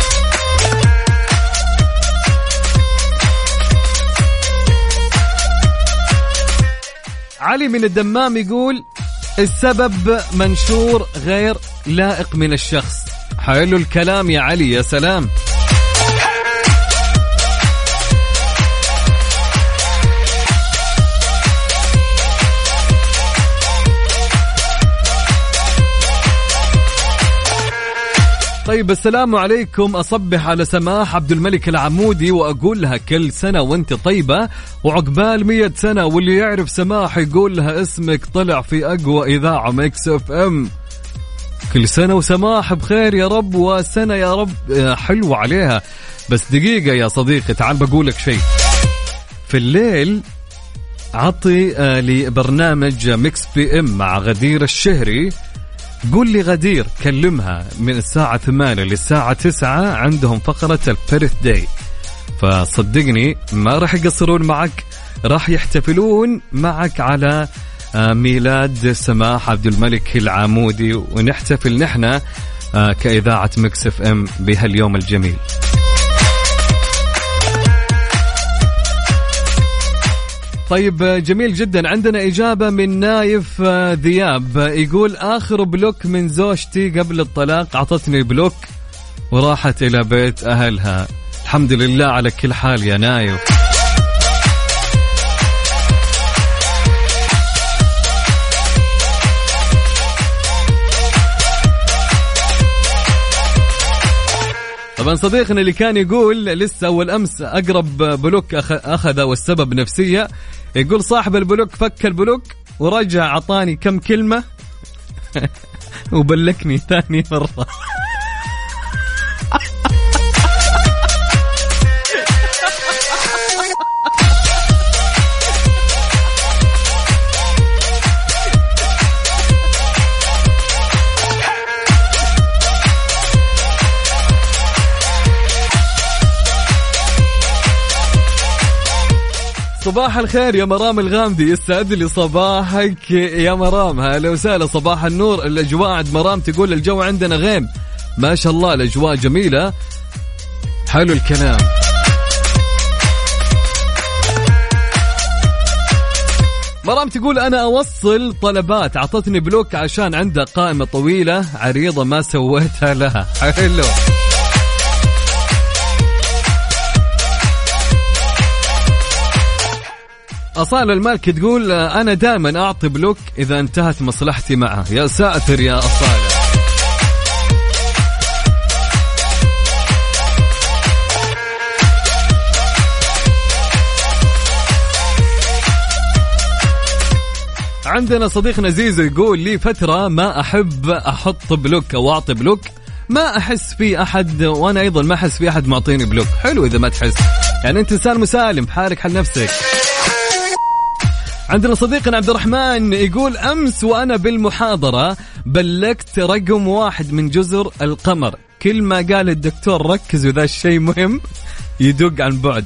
علي من الدمام يقول السبب منشور غير لائق من الشخص. حلو الكلام يا علي، يا سلام. طيب السلام عليكم، أصبح على سماح عبد الملك العمودي وأقول لها كل سنة وانت طيبة وعقبال مية سنة، واللي يعرف سماح يقول لها اسمك طلع في أقوى إذاعة ميكس اف ام. كل سنة وسماح بخير يا رب، وسنة يا رب حلوة عليها. بس دقيقة يا صديقي، تعال بقولك شيء. في الليل عطي لبرنامج ميكس بي ام مع غدير الشهري، قول لي غدير كلمها من الساعة ثمانية للساعة تسعة، عندهم فقرة البيرث داي، فصدقني ما راح يقصرون معك، راح يحتفلون معك على ميلاد سماح عبد الملك العمودي، ونحتفل نحن كإذاعة ميكس اف ام بهاليوم الجميل. طيب جميل جدا. عندنا إجابة من نايف ذياب يقول آخر بلوك من زوجتي قبل الطلاق، عطتني بلوك وراحت إلى بيت أهلها. الحمد لله على كل حال يا نايف. طبعا صديقنا اللي كان يقول لسه أول أمس أقرب بلوك أخذ والسبب نفسية، يقول صاحب البلوك فك البلوك ورجع عطاني كم كلمة وبلكني ثاني مرة. صباح الخير يا مرام الغامدي، يسعد لي صباحك يا مرام، هلا وسهلا، صباح النور. الأجواء عند مرام تقول الجو عندنا غيم، ما شاء الله الأجواء جميلة، حلو الكلام. مرام تقول أنا أوصل طلبات، عطتني بلوك عشان عندها قائمة طويلة عريضة ما سويتها لها. حلو. أصالة المالك تقول أنا دائما أعطي بلوك إذا انتهت مصلحتي معه. يا ساتر يا أصالة. عندنا صديقنا زيزو يقول لي فترة ما أحب أحط بلوك أو أعطي بلوك، ما أحس في أحد، وأنا أيضا ما أحس في أحد معطيني بلوك. حلو إذا ما تحس، يعني أنت إنسان مسالم، حالك حل نفسك. عندنا صديقنا عبد الرحمن يقول أمس وأنا بالمحاضرة بلكت رقم واحد من جزر القمر، كل ما قال الدكتور ركز وذا الشيء مهم يدق عن بعد.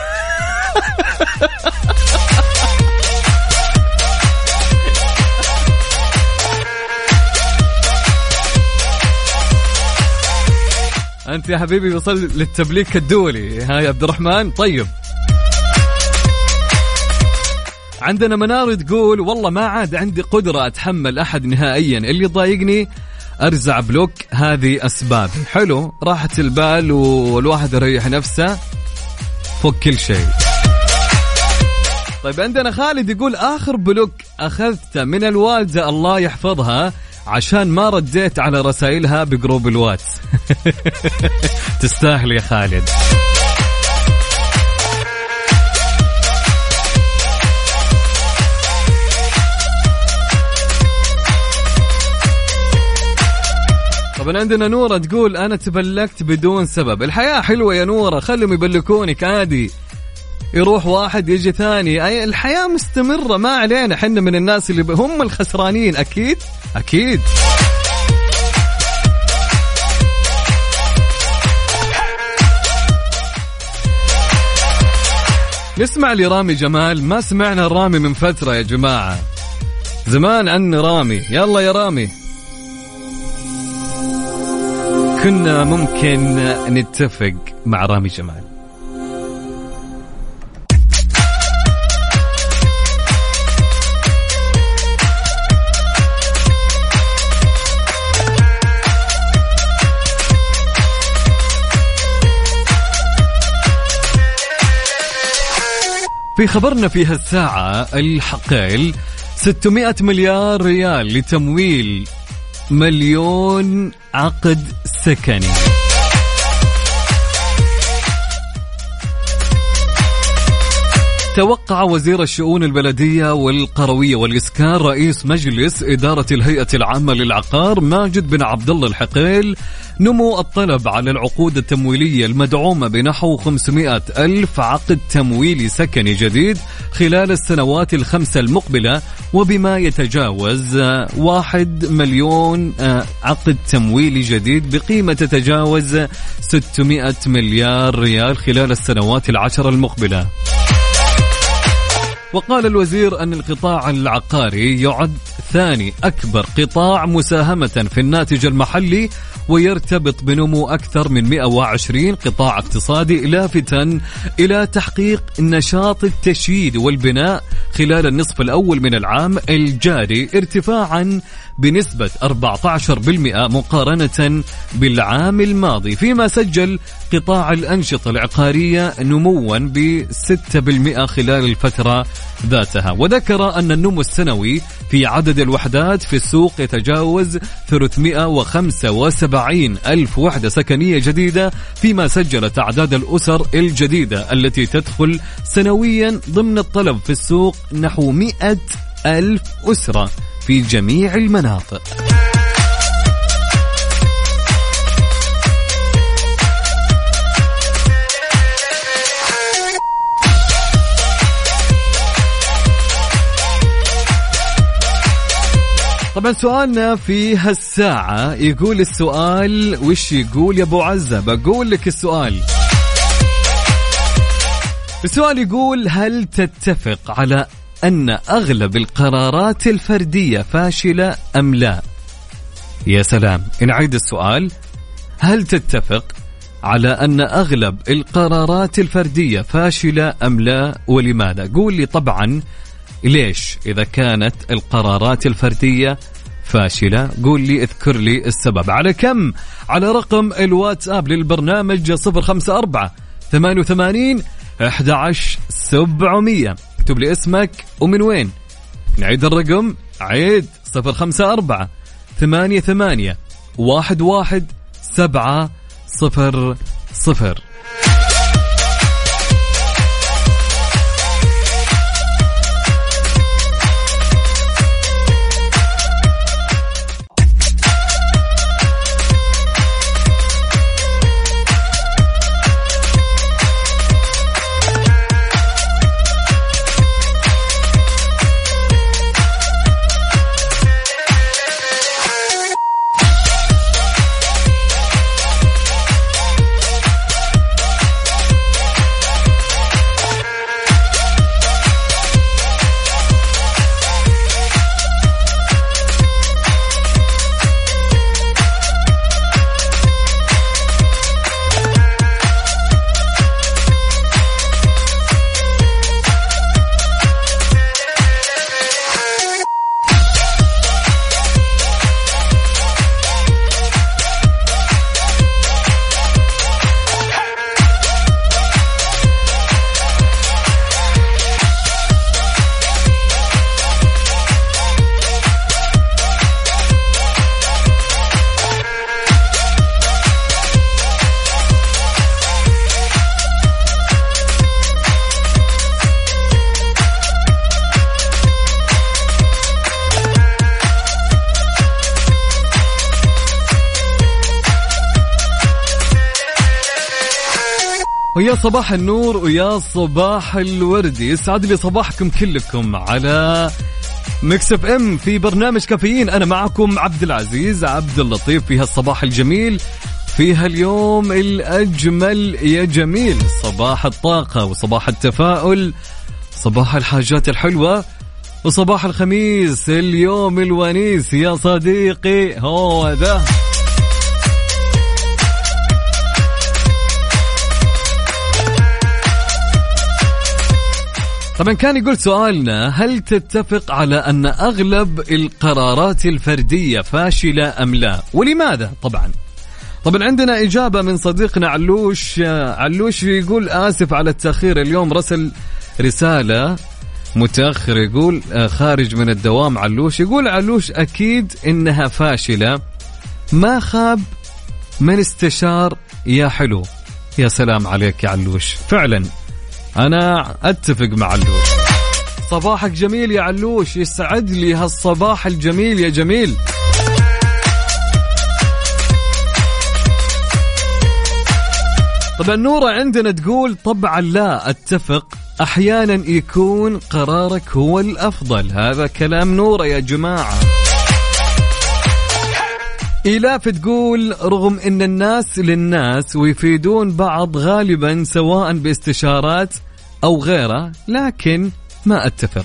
أنت يا حبيبي وصل للتبليك الدولي ها يا عبد الرحمن. طيب عندنا منار تقول والله ما عاد عندي قدرة أتحمل أحد نهائيا، اللي ضايقني أرزع بلوك، هذه أسباب. حلو، راحة البال والواحد يريح نفسه فوق كل شيء. طيب عندنا خالد يقول آخر بلوك أخذته من الوالدة الله يحفظها عشان ما رديت على رسائلها بجروب الواتس. تستاهل يا خالد. طبعا عندنا نورة تقول أنا تبلكت بدون سبب. الحياة حلوة يا نورة، خلهم يبلكونك عادي، يروح واحد يجي ثاني. أي الحياة مستمرة، ما علينا، حنا من الناس اللي هم الخسرانين. أكيد أكيد. نسمع لرامي جمال، ما سمعنا رامي من فترة يا جماعة، زمان عن رامي. يلا يا رامي، كنا ممكن نتفق مع رامي جمال. في خبرنا في هالساعة الحقيل ستمائة مليار ريال لتمويل مليون عقد سكني. توقع وزير الشؤون البلدية والقروية والإسكان رئيس مجلس إدارة الهيئة العامة للعقار ماجد بن عبد الله الحقيل نمو الطلب على العقود التمويلية المدعومة بنحو خمسمائة ألف عقد تمويلي سكني جديد خلال السنوات الخمسة المقبلة، وبما يتجاوز واحد مليون عقد تمويلي جديد بقيمة تتجاوز ستمائة مليار ريال خلال السنوات العشر المقبلة. وقال الوزير أن القطاع العقاري يعد ثاني أكبر قطاع مساهمة في الناتج المحلي، ويرتبط بنمو أكثر من مئة وعشرين قطاع اقتصادي، لافتاً إلى تحقيق نشاط التشييد والبناء خلال النصف الأول من العام الجاري ارتفاعاً بنسبة أربعة عشر بالمئة مقارنة بالعام الماضي، فيما سجل قطاع الأنشطة العقارية نمواً بستة بالمئة خلال الفترة ذاتها. وذكر أن النمو السنوي في عدد الوحدات في السوق يتجاوز ثلاثمائة وخمسة وسبعين ألف وحدة سكنية جديدة، فيما سجلت أعداد الأسر الجديدة التي تدخل سنويا ضمن الطلب في السوق نحو مئة ألف أسرة في جميع المناطق. طبعا سؤالنا في هالساعة يقول السؤال وش يقول يا أبو عزة؟ بقول لك السؤال. السؤال يقول هل تتفق على أن أغلب القرارات الفردية فاشلة أم لا؟ يا سلام. نعيد السؤال، هل تتفق على أن أغلب القرارات الفردية فاشلة أم لا ولماذا؟ قول لي طبعا ليش إذا كانت القرارات الفردية فاشلة، قول لي اذكر لي السبب. على كم؟ على رقم الواتساب للبرنامج صفر خمسة أربعة ثمانية وثمانين أحد عشر سبعمية. اكتب لي اسمك ومن وين. نعيد الرقم، عيد صفر خمسة أربعة ثمانية ثمانية واحد واحد سبعة صفر صفر. ويا صباح النور ويا صباح الورد، يسعد لي صباحكم كلكم على ميكس اف ام في برنامج كافيين. أنا معكم عبد العزيز عبد اللطيف في هالصباح الجميل، في هاليوم الأجمل يا جميل، صباح الطاقة وصباح التفاؤل، صباح الحاجات الحلوة، وصباح الخميس اليوم الونيس يا صديقي. هو ده طبعا. كان يقول سؤالنا: هل تتفق على أن أغلب القرارات الفردية فاشلة أم لا، ولماذا؟ طبعا طبعا عندنا إجابة من صديقنا علوش. علوش يقول: آسف على التأخير، اليوم رسل رسالة متأخر، يقول خارج من الدوام. علوش يقول علوش أكيد إنها فاشلة، ما خاب من استشار يا حلو. يا سلام عليك يا علوش، فعلا أنا أتفق مع علوش. صباحك جميل يا علوش، يسعد لي هالصباح الجميل يا جميل. طبعا نورة عندنا تقول: طبعا لا أتفق، أحيانا يكون قرارك هو الأفضل. هذا كلام نورة يا جماعة. إلاف تقول: رغم أن الناس للناس ويفيدون بعض غالبا سواء باستشارات أو غيره، لكن ما أتفق.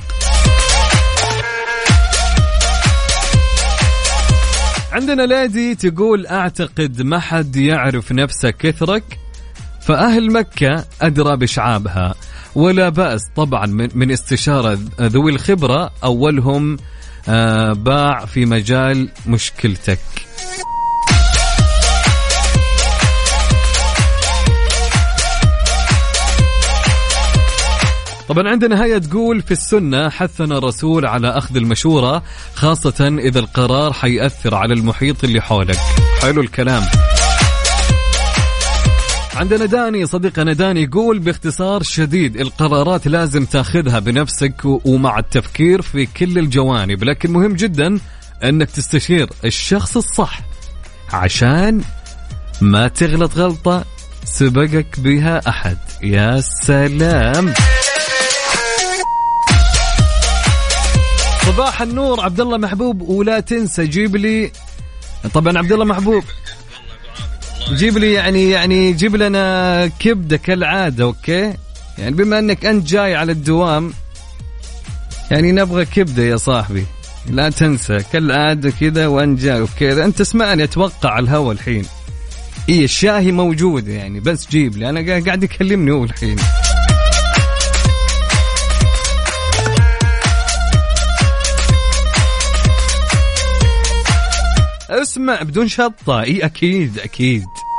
عندنا ليدي تقول: أعتقد ما حد يعرف نفسه كثرك، فأهل مكة أدرى بشعابها، ولا بأس طبعا من استشارة ذوي الخبرة، أولهم باع في مجال مشكلتك. طبعا عندنا هيا تقول: في السنة حثنا الرسول على أخذ المشورة، خاصة إذا القرار حيأثر على المحيط اللي حولك. حلو الكلام. عندنا داني صديقنا داني يقول: باختصار شديد القرارات لازم تاخذها بنفسك ومع التفكير في كل الجوانب، لكن مهم جدا أنك تستشير الشخص الصح عشان ما تغلط غلطة سبقك بها أحد. يا سلام. صباح النور عبد الله محبوب، ولا تنسى جيب لي، طبعا عبد الله محبوب جيب لي يعني يعني جيب لنا كبدة كالعادة، اوكي؟ يعني بما انك انت جاي على الدوام يعني نبغى كبدة يا صاحبي، لا تنسى كالعادة كذا وانت جاي، اوكي؟ انت اسمعني اتوقع على الهوا الحين. ايه الشاهي موجود يعني، بس جيب لي، انا قاعد يكلمني هو الحين. اسمع بدون شطة. اي اكيد اكيد.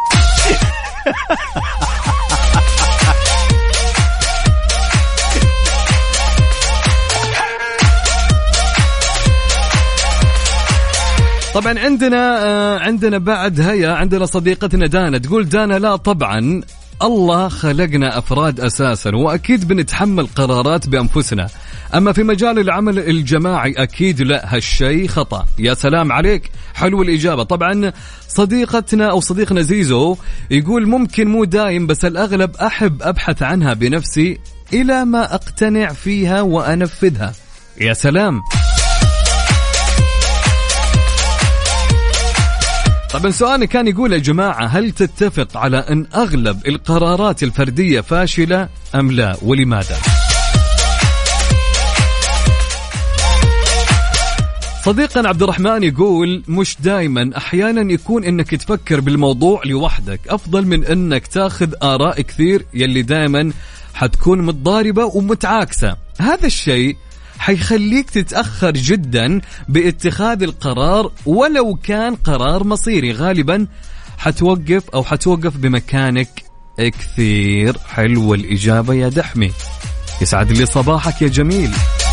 طبعا عندنا آه عندنا بعد هيا عندنا صديقتنا دانا تقول: دانا لا طبعا، الله خلقنا أفراد أساسا، وأكيد بنتحمل قرارات بأنفسنا، أما في مجال العمل الجماعي أكيد لا، هالشيء خطأ. يا سلام عليك، حلو الإجابة. طبعا صديقتنا أو صديقنا زيزو يقول: ممكن مو دايم، بس الأغلب أحب أبحث عنها بنفسي إلى ما أقتنع فيها وأنفذها. يا سلام. طبعا سؤالنا كان يقول يا جماعة: هل تتفق على أن أغلب القرارات الفردية فاشلة أم لا، ولماذا؟ صديقنا عبد الرحمن يقول: مش دايما، أحيانا يكون أنك تفكر بالموضوع لوحدك أفضل من أنك تاخذ آراء كثير يلي دايما حتكون متضاربة ومتعاكسة. هذا الشيء حيخليك تتأخر جدا باتخاذ القرار، ولو كان قرار مصيري غالبا حتوقف أو حتوقف بمكانك كثير. حلوة الإجابة يا دحمي، يسعد لي صباحك يا جميل.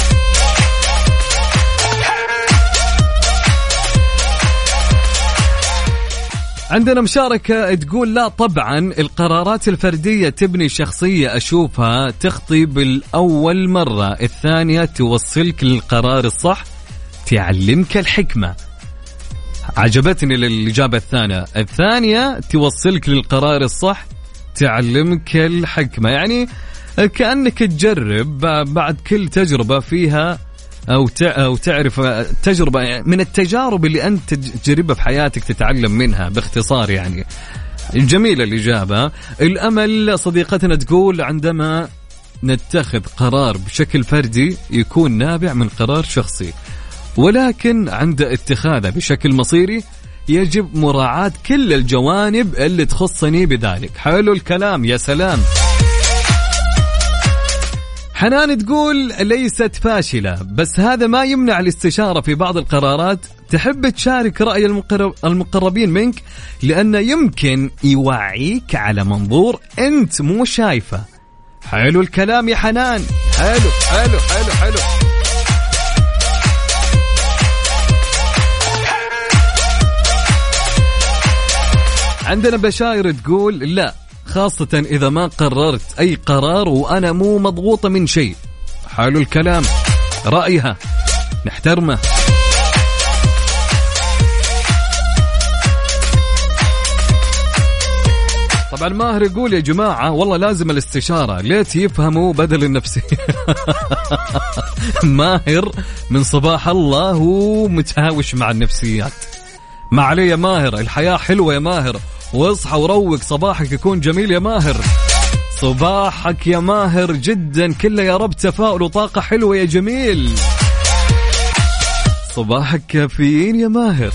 عندنا مشاركة تقول: لا طبعا، القرارات الفردية تبني شخصية أشوفها تخطي بالأول مرة، الثانية توصلك للقرار الصح، تعلمك الحكمة. عجبتني الإجابة الثانية، الثانية توصلك للقرار الصح تعلمك الحكمة. يعني كأنك تجرب بعد كل تجربة فيها أو أو تعرف تجربة من التجارب اللي أنت تجربها في حياتك تتعلم منها باختصار. يعني جميلة الإجابة. الأمل صديقتنا تقول عندما نتخذ قرار بشكل فردي يكون نابع من قرار شخصي، ولكن عند اتخاذه بشكل مصيري يجب مراعاة كل الجوانب اللي تخصني بذلك. حلو الكلام، يا سلام. حنان تقول ليست فاشلة، بس هذا ما يمنع الاستشارة في بعض القرارات. تحب تشارك رأي المقرب المقربين منك لأنه يمكن يوعيك على منظور أنت مو شايفه. حلو الكلام يا حنان، حلو حلو حلو حلو. عندنا بشاير تقول لا، خاصة إذا ما قررت أي قرار وأنا مو مضغوطة من شيء. حلو الكلام، رأيها نحترمه. طبعا ماهر يقول يا جماعة والله لازم الاستشارة، ليت يفهموا بدل النفسي. ماهر من صباح الله هو متهاوش مع النفسيات. ما عليه يا ماهر، الحياة حلوة يا ماهر، واصحى وروق صباحك يكون جميل يا ماهر. صباحك يا ماهر جدا كله يا رب تفاؤل وطاقة حلوة يا جميل. صباحك كافيين يا ماهر.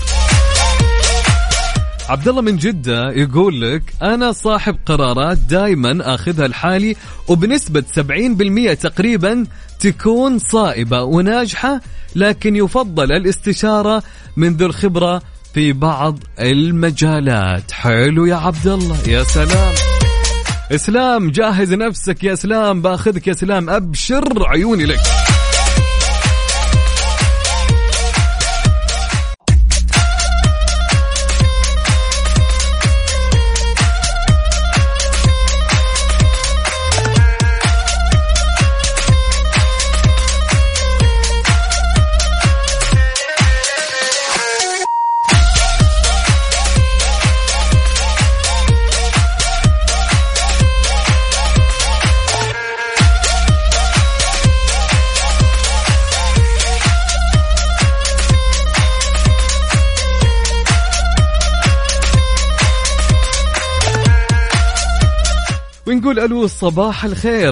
عبد الله من جدة يقول لك أنا صاحب قرارات دايما أخذها لحالي وبنسبة سبعين بالمئة تقريبا تكون صائبة وناجحة، لكن يفضل الاستشارة من ذو الخبرة في بعض المجالات. حلو يا عبد الله، يا سلام. إسلام جاهز نفسك يا إسلام، باخذك يا إسلام، أبشر عيوني لك. ونقول ألو صباح الخير.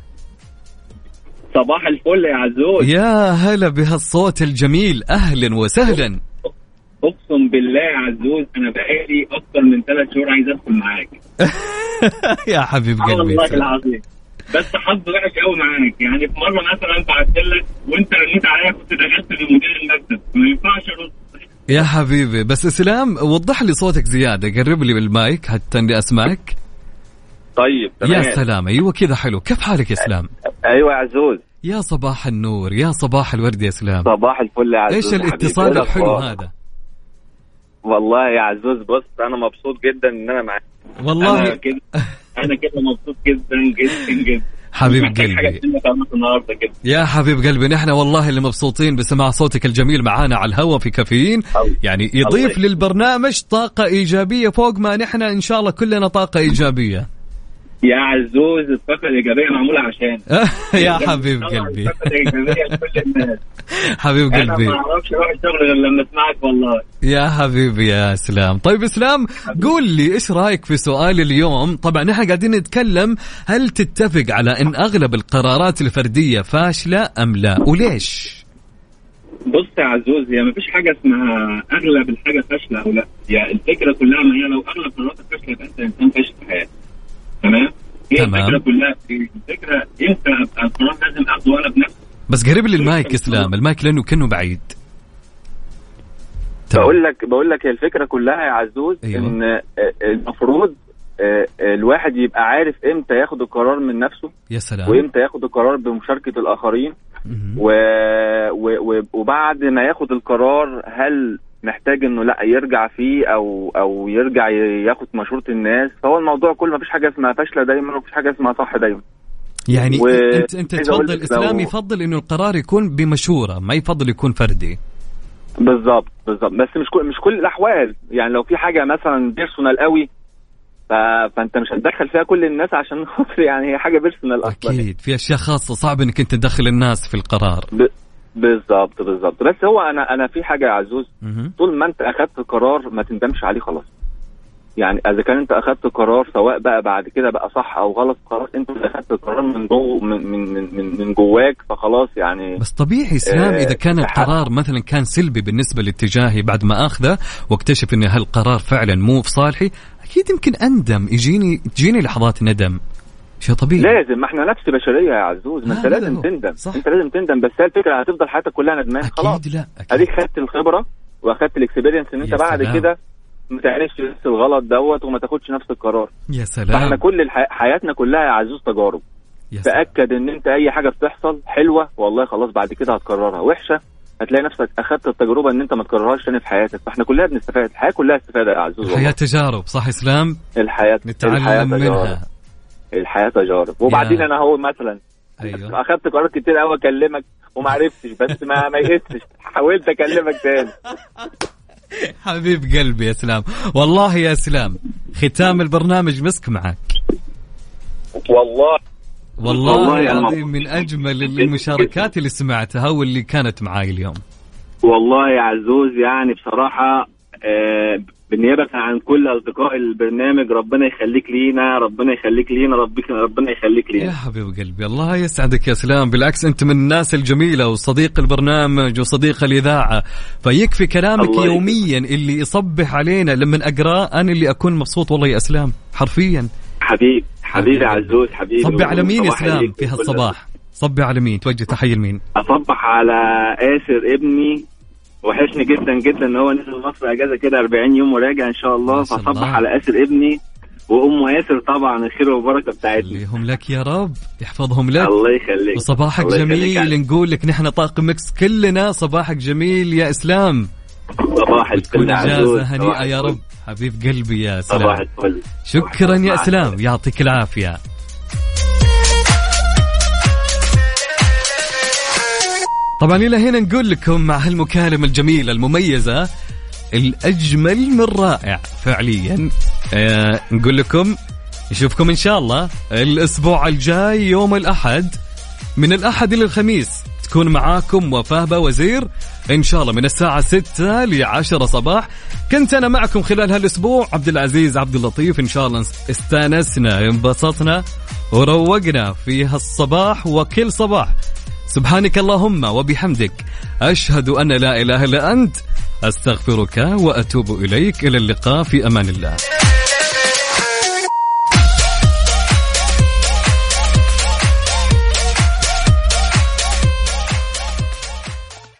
صباح الفل يا عزوز. يا هلا بهالصوت الجميل، أهلا وسهلا. أقسم بالله يا عزوز أنا بقالي أكتر من ثلاث شهور عايز أدخل معاك. يا حبيب قلبي والله العظيم، بس حظ وحش قوي معاك. يعني في مرة مثلا بعت لك وأنت رنيت عليا كنت دخلت لمدير المكتب، ما ينفعش أرد. يا حبيبي بس إسلام وضح لي صوتك زيادة، قرب لي بالمايك حتى إني أسمعك. طيب تمام. يا سلام، أيوة كذا حلو. كيف حالك يا إسلام؟ أيوة يا عزوز. يا صباح النور، يا صباح الورد يا إسلام. صباح الفل يا عزوز. إيش الاتصال الحلو هذا؟ والله يا عزوز بص أنا مبسوط جدا إن أنا معاك. والله أنا كده أنا كده مبسوط جدا جدا جدا. حبيب قلبي يا حبيب قلبي، نحن والله اللي مبسوطين بسماع صوتك الجميل معانا على الهواء في كافيين. يعني يضيف للبرنامج طاقة إيجابية فوق ما نحن إن شاء الله كلنا طاقة إيجابية. يا عزوز الطاقة الإيجابية معمولة عشان يا حبيب قلبي. الطاقة الإيجابية لكل الناس. حبيب قلبي. أنا ما أعرفش أروح الشغل غير لما أسمعك والله. يا حبيبي يا إسلام. طيب إسلام قول لي إيش رأيك في سؤال اليوم؟ طبعا نحن قاعدين نتكلم، هل تتفق على إن أغلب القرارات الفردية فاشلة أم لا، وليش؟ بص يا عزوز، هي مفيش حاجة اسمها أغلب الحاجة فاشلة أو لا. يعني الفكرة كلها ما هي لو أغلب قراراتك فاشلة يبقى أنت إنسان فاشل في حياتك. تمام؟ هي الفكرة كلها الفكرة أنت القرار لازم أخذه أنا بنفسي. بس قريب لي المايك إسلام، المايك لأنه كأنه بعيد. بقول لك بقول لك الفكرة كلها يا عزوز. أيوة. إن المفروض الواحد يبقى عارف إمتى ياخد القرار من نفسه. يا سلام. وإمتى ياخد القرار بمشاركة الآخرين. و... و... وبعد ما ياخد القرار هل محتاج انه لا يرجع فيه او او يرجع ياخد مشورة الناس. فهو الموضوع كله مفيش حاجة اسمها فاشلة دايما ومفيش حاجة اسمها صح دايما. يعني و... انت انت تفضل الاسلام يفضل انه القرار يكون بمشورة، ما يفضل يكون فردي. بالضبط بالضبط، بس مش كل مش كل الاحوال. يعني لو في حاجة مثلا بيرسونال قوي ف... فانت مش هتدخل فيها كل الناس عشان خاطر يعني هي حاجه بيرسونال اصلا. اكيد في اشياء خاصه صعب انك انت تدخل الناس في القرار. ب... بالظبط بالظبط. بس هو انا انا في حاجه يا عزوز، م- طول ما انت اخدت قرار ما تندمش عليه خلاص. يعني اذا كان انت اخدت قرار سواء بقى بعد كده بقى صح او غلط، خلاص انت اخدت قرار من جو من من من, من جواك، فخلاص يعني. بس طبيعي اسلام، اذا كان القرار مثلا كان سلبي بالنسبه لاتجاهي بعد ما اخذه واكتشف ان هالقرار فعلا مو في صالحي، اكيد يمكن اندم، يجيني تجيني لحظات ندم، شيء طبيعي. لازم، ما احنا نفس بشريه يا عزوز، ما انت لازم تندم. صح. انت لازم تندم، بس هي الفكره هتفضل حياتك كلها ندمان. خلاص لا اديك خدت الخبره واخدت الاكسبيرينس ان انت بعد كده ما تعملش نفس الغلط دوت وما تاخدش نفس القرار. يا سلام. فاحنا كل الح... حياتنا كلها يا عزوز تجارب. تاكد ان انت اي حاجه بتحصل حلوه والله خلاص بعد كده هتكررها، وحشه هتلاقي نفسك اخدت التجربه ان انت ما تكررهاش تاني في حياتك. فاحنا كلنا بنستفاد، الحياه كلها استفاده يا عزوز. الحياه تجارب، صح اسلام؟ الحياه نتعلم الحياة منها. الحياه تجارب. وبعدين انا هو مثلا أيوه. اخدت قرار كتير قوي اكلمك وما عرفتش، بس ما ما يئستش، حاولت اكلمك تاني. حبيب قلبي يا سلام. والله يا سلام ختام البرنامج مسك معك والله والله العظيم من اجمل المشاركات اللي سمعتها واللي كانت معاي اليوم. والله يا عزوز يعني بصراحه آه بالنيابه عن كل اصدقاء البرنامج، ربنا يخليك لينا، ربنا يخليك لينا، ربك ربنا يخليك لينا يا حبيب قلبي. الله يسعدك يا سلام، بالعكس انت من الناس الجميله وصديق البرنامج وصديق الاذاعه، فيكفي كلامك يوميا اللي يصبح علينا لما اقراه انا اللي اكون مبسوط والله يا اسلام حرفيا. حبيب حبيبي عزوز حبيبي. صبي على مين يا اسلام في هالصباح؟ صبي على مين؟ توجه تحيه لمين؟ اصبح على آسر ابني، وحشني جدا جدا ان هو نزل مصر اجازه كده أربعين يوم وراجع ان شاء الله. فصبح على آسر ابني وام ياسر طبعا، الخير والبركه بتاعتنا. خليهم لك يا رب، يحفظهم لك. الله يخليك. وصباحك جميل. نقول لك نحن طاقم مكس كلنا صباحك جميل يا اسلام. صباح الفل. اجازه هنيئه يا رب حبيب قلبي يا سلام. صباح الفل. شكرا يا اسلام، يعطيك العافيه. طبعا إلى هنا نقول لكم مع هالمكالمة الجميلة المميزة الأجمل من رائع فعليا. آه نقول لكم نشوفكم إن شاء الله الأسبوع الجاي يوم الأحد، من الأحد إلى الخميس تكون معاكم وفاء بوزير إن شاء الله من الساعة ستة لعشرة صباح. كنت أنا معكم خلال هالأسبوع عبد العزيز عبد اللطيف. إن شاء الله استانسنا انبسطنا وروقنا في هالصباح وكل صباح. سبحانك اللهم وبحمدك أشهد أن لا إله إلا أنت أستغفرك وأتوب إليك. إلى اللقاء في أمان الله.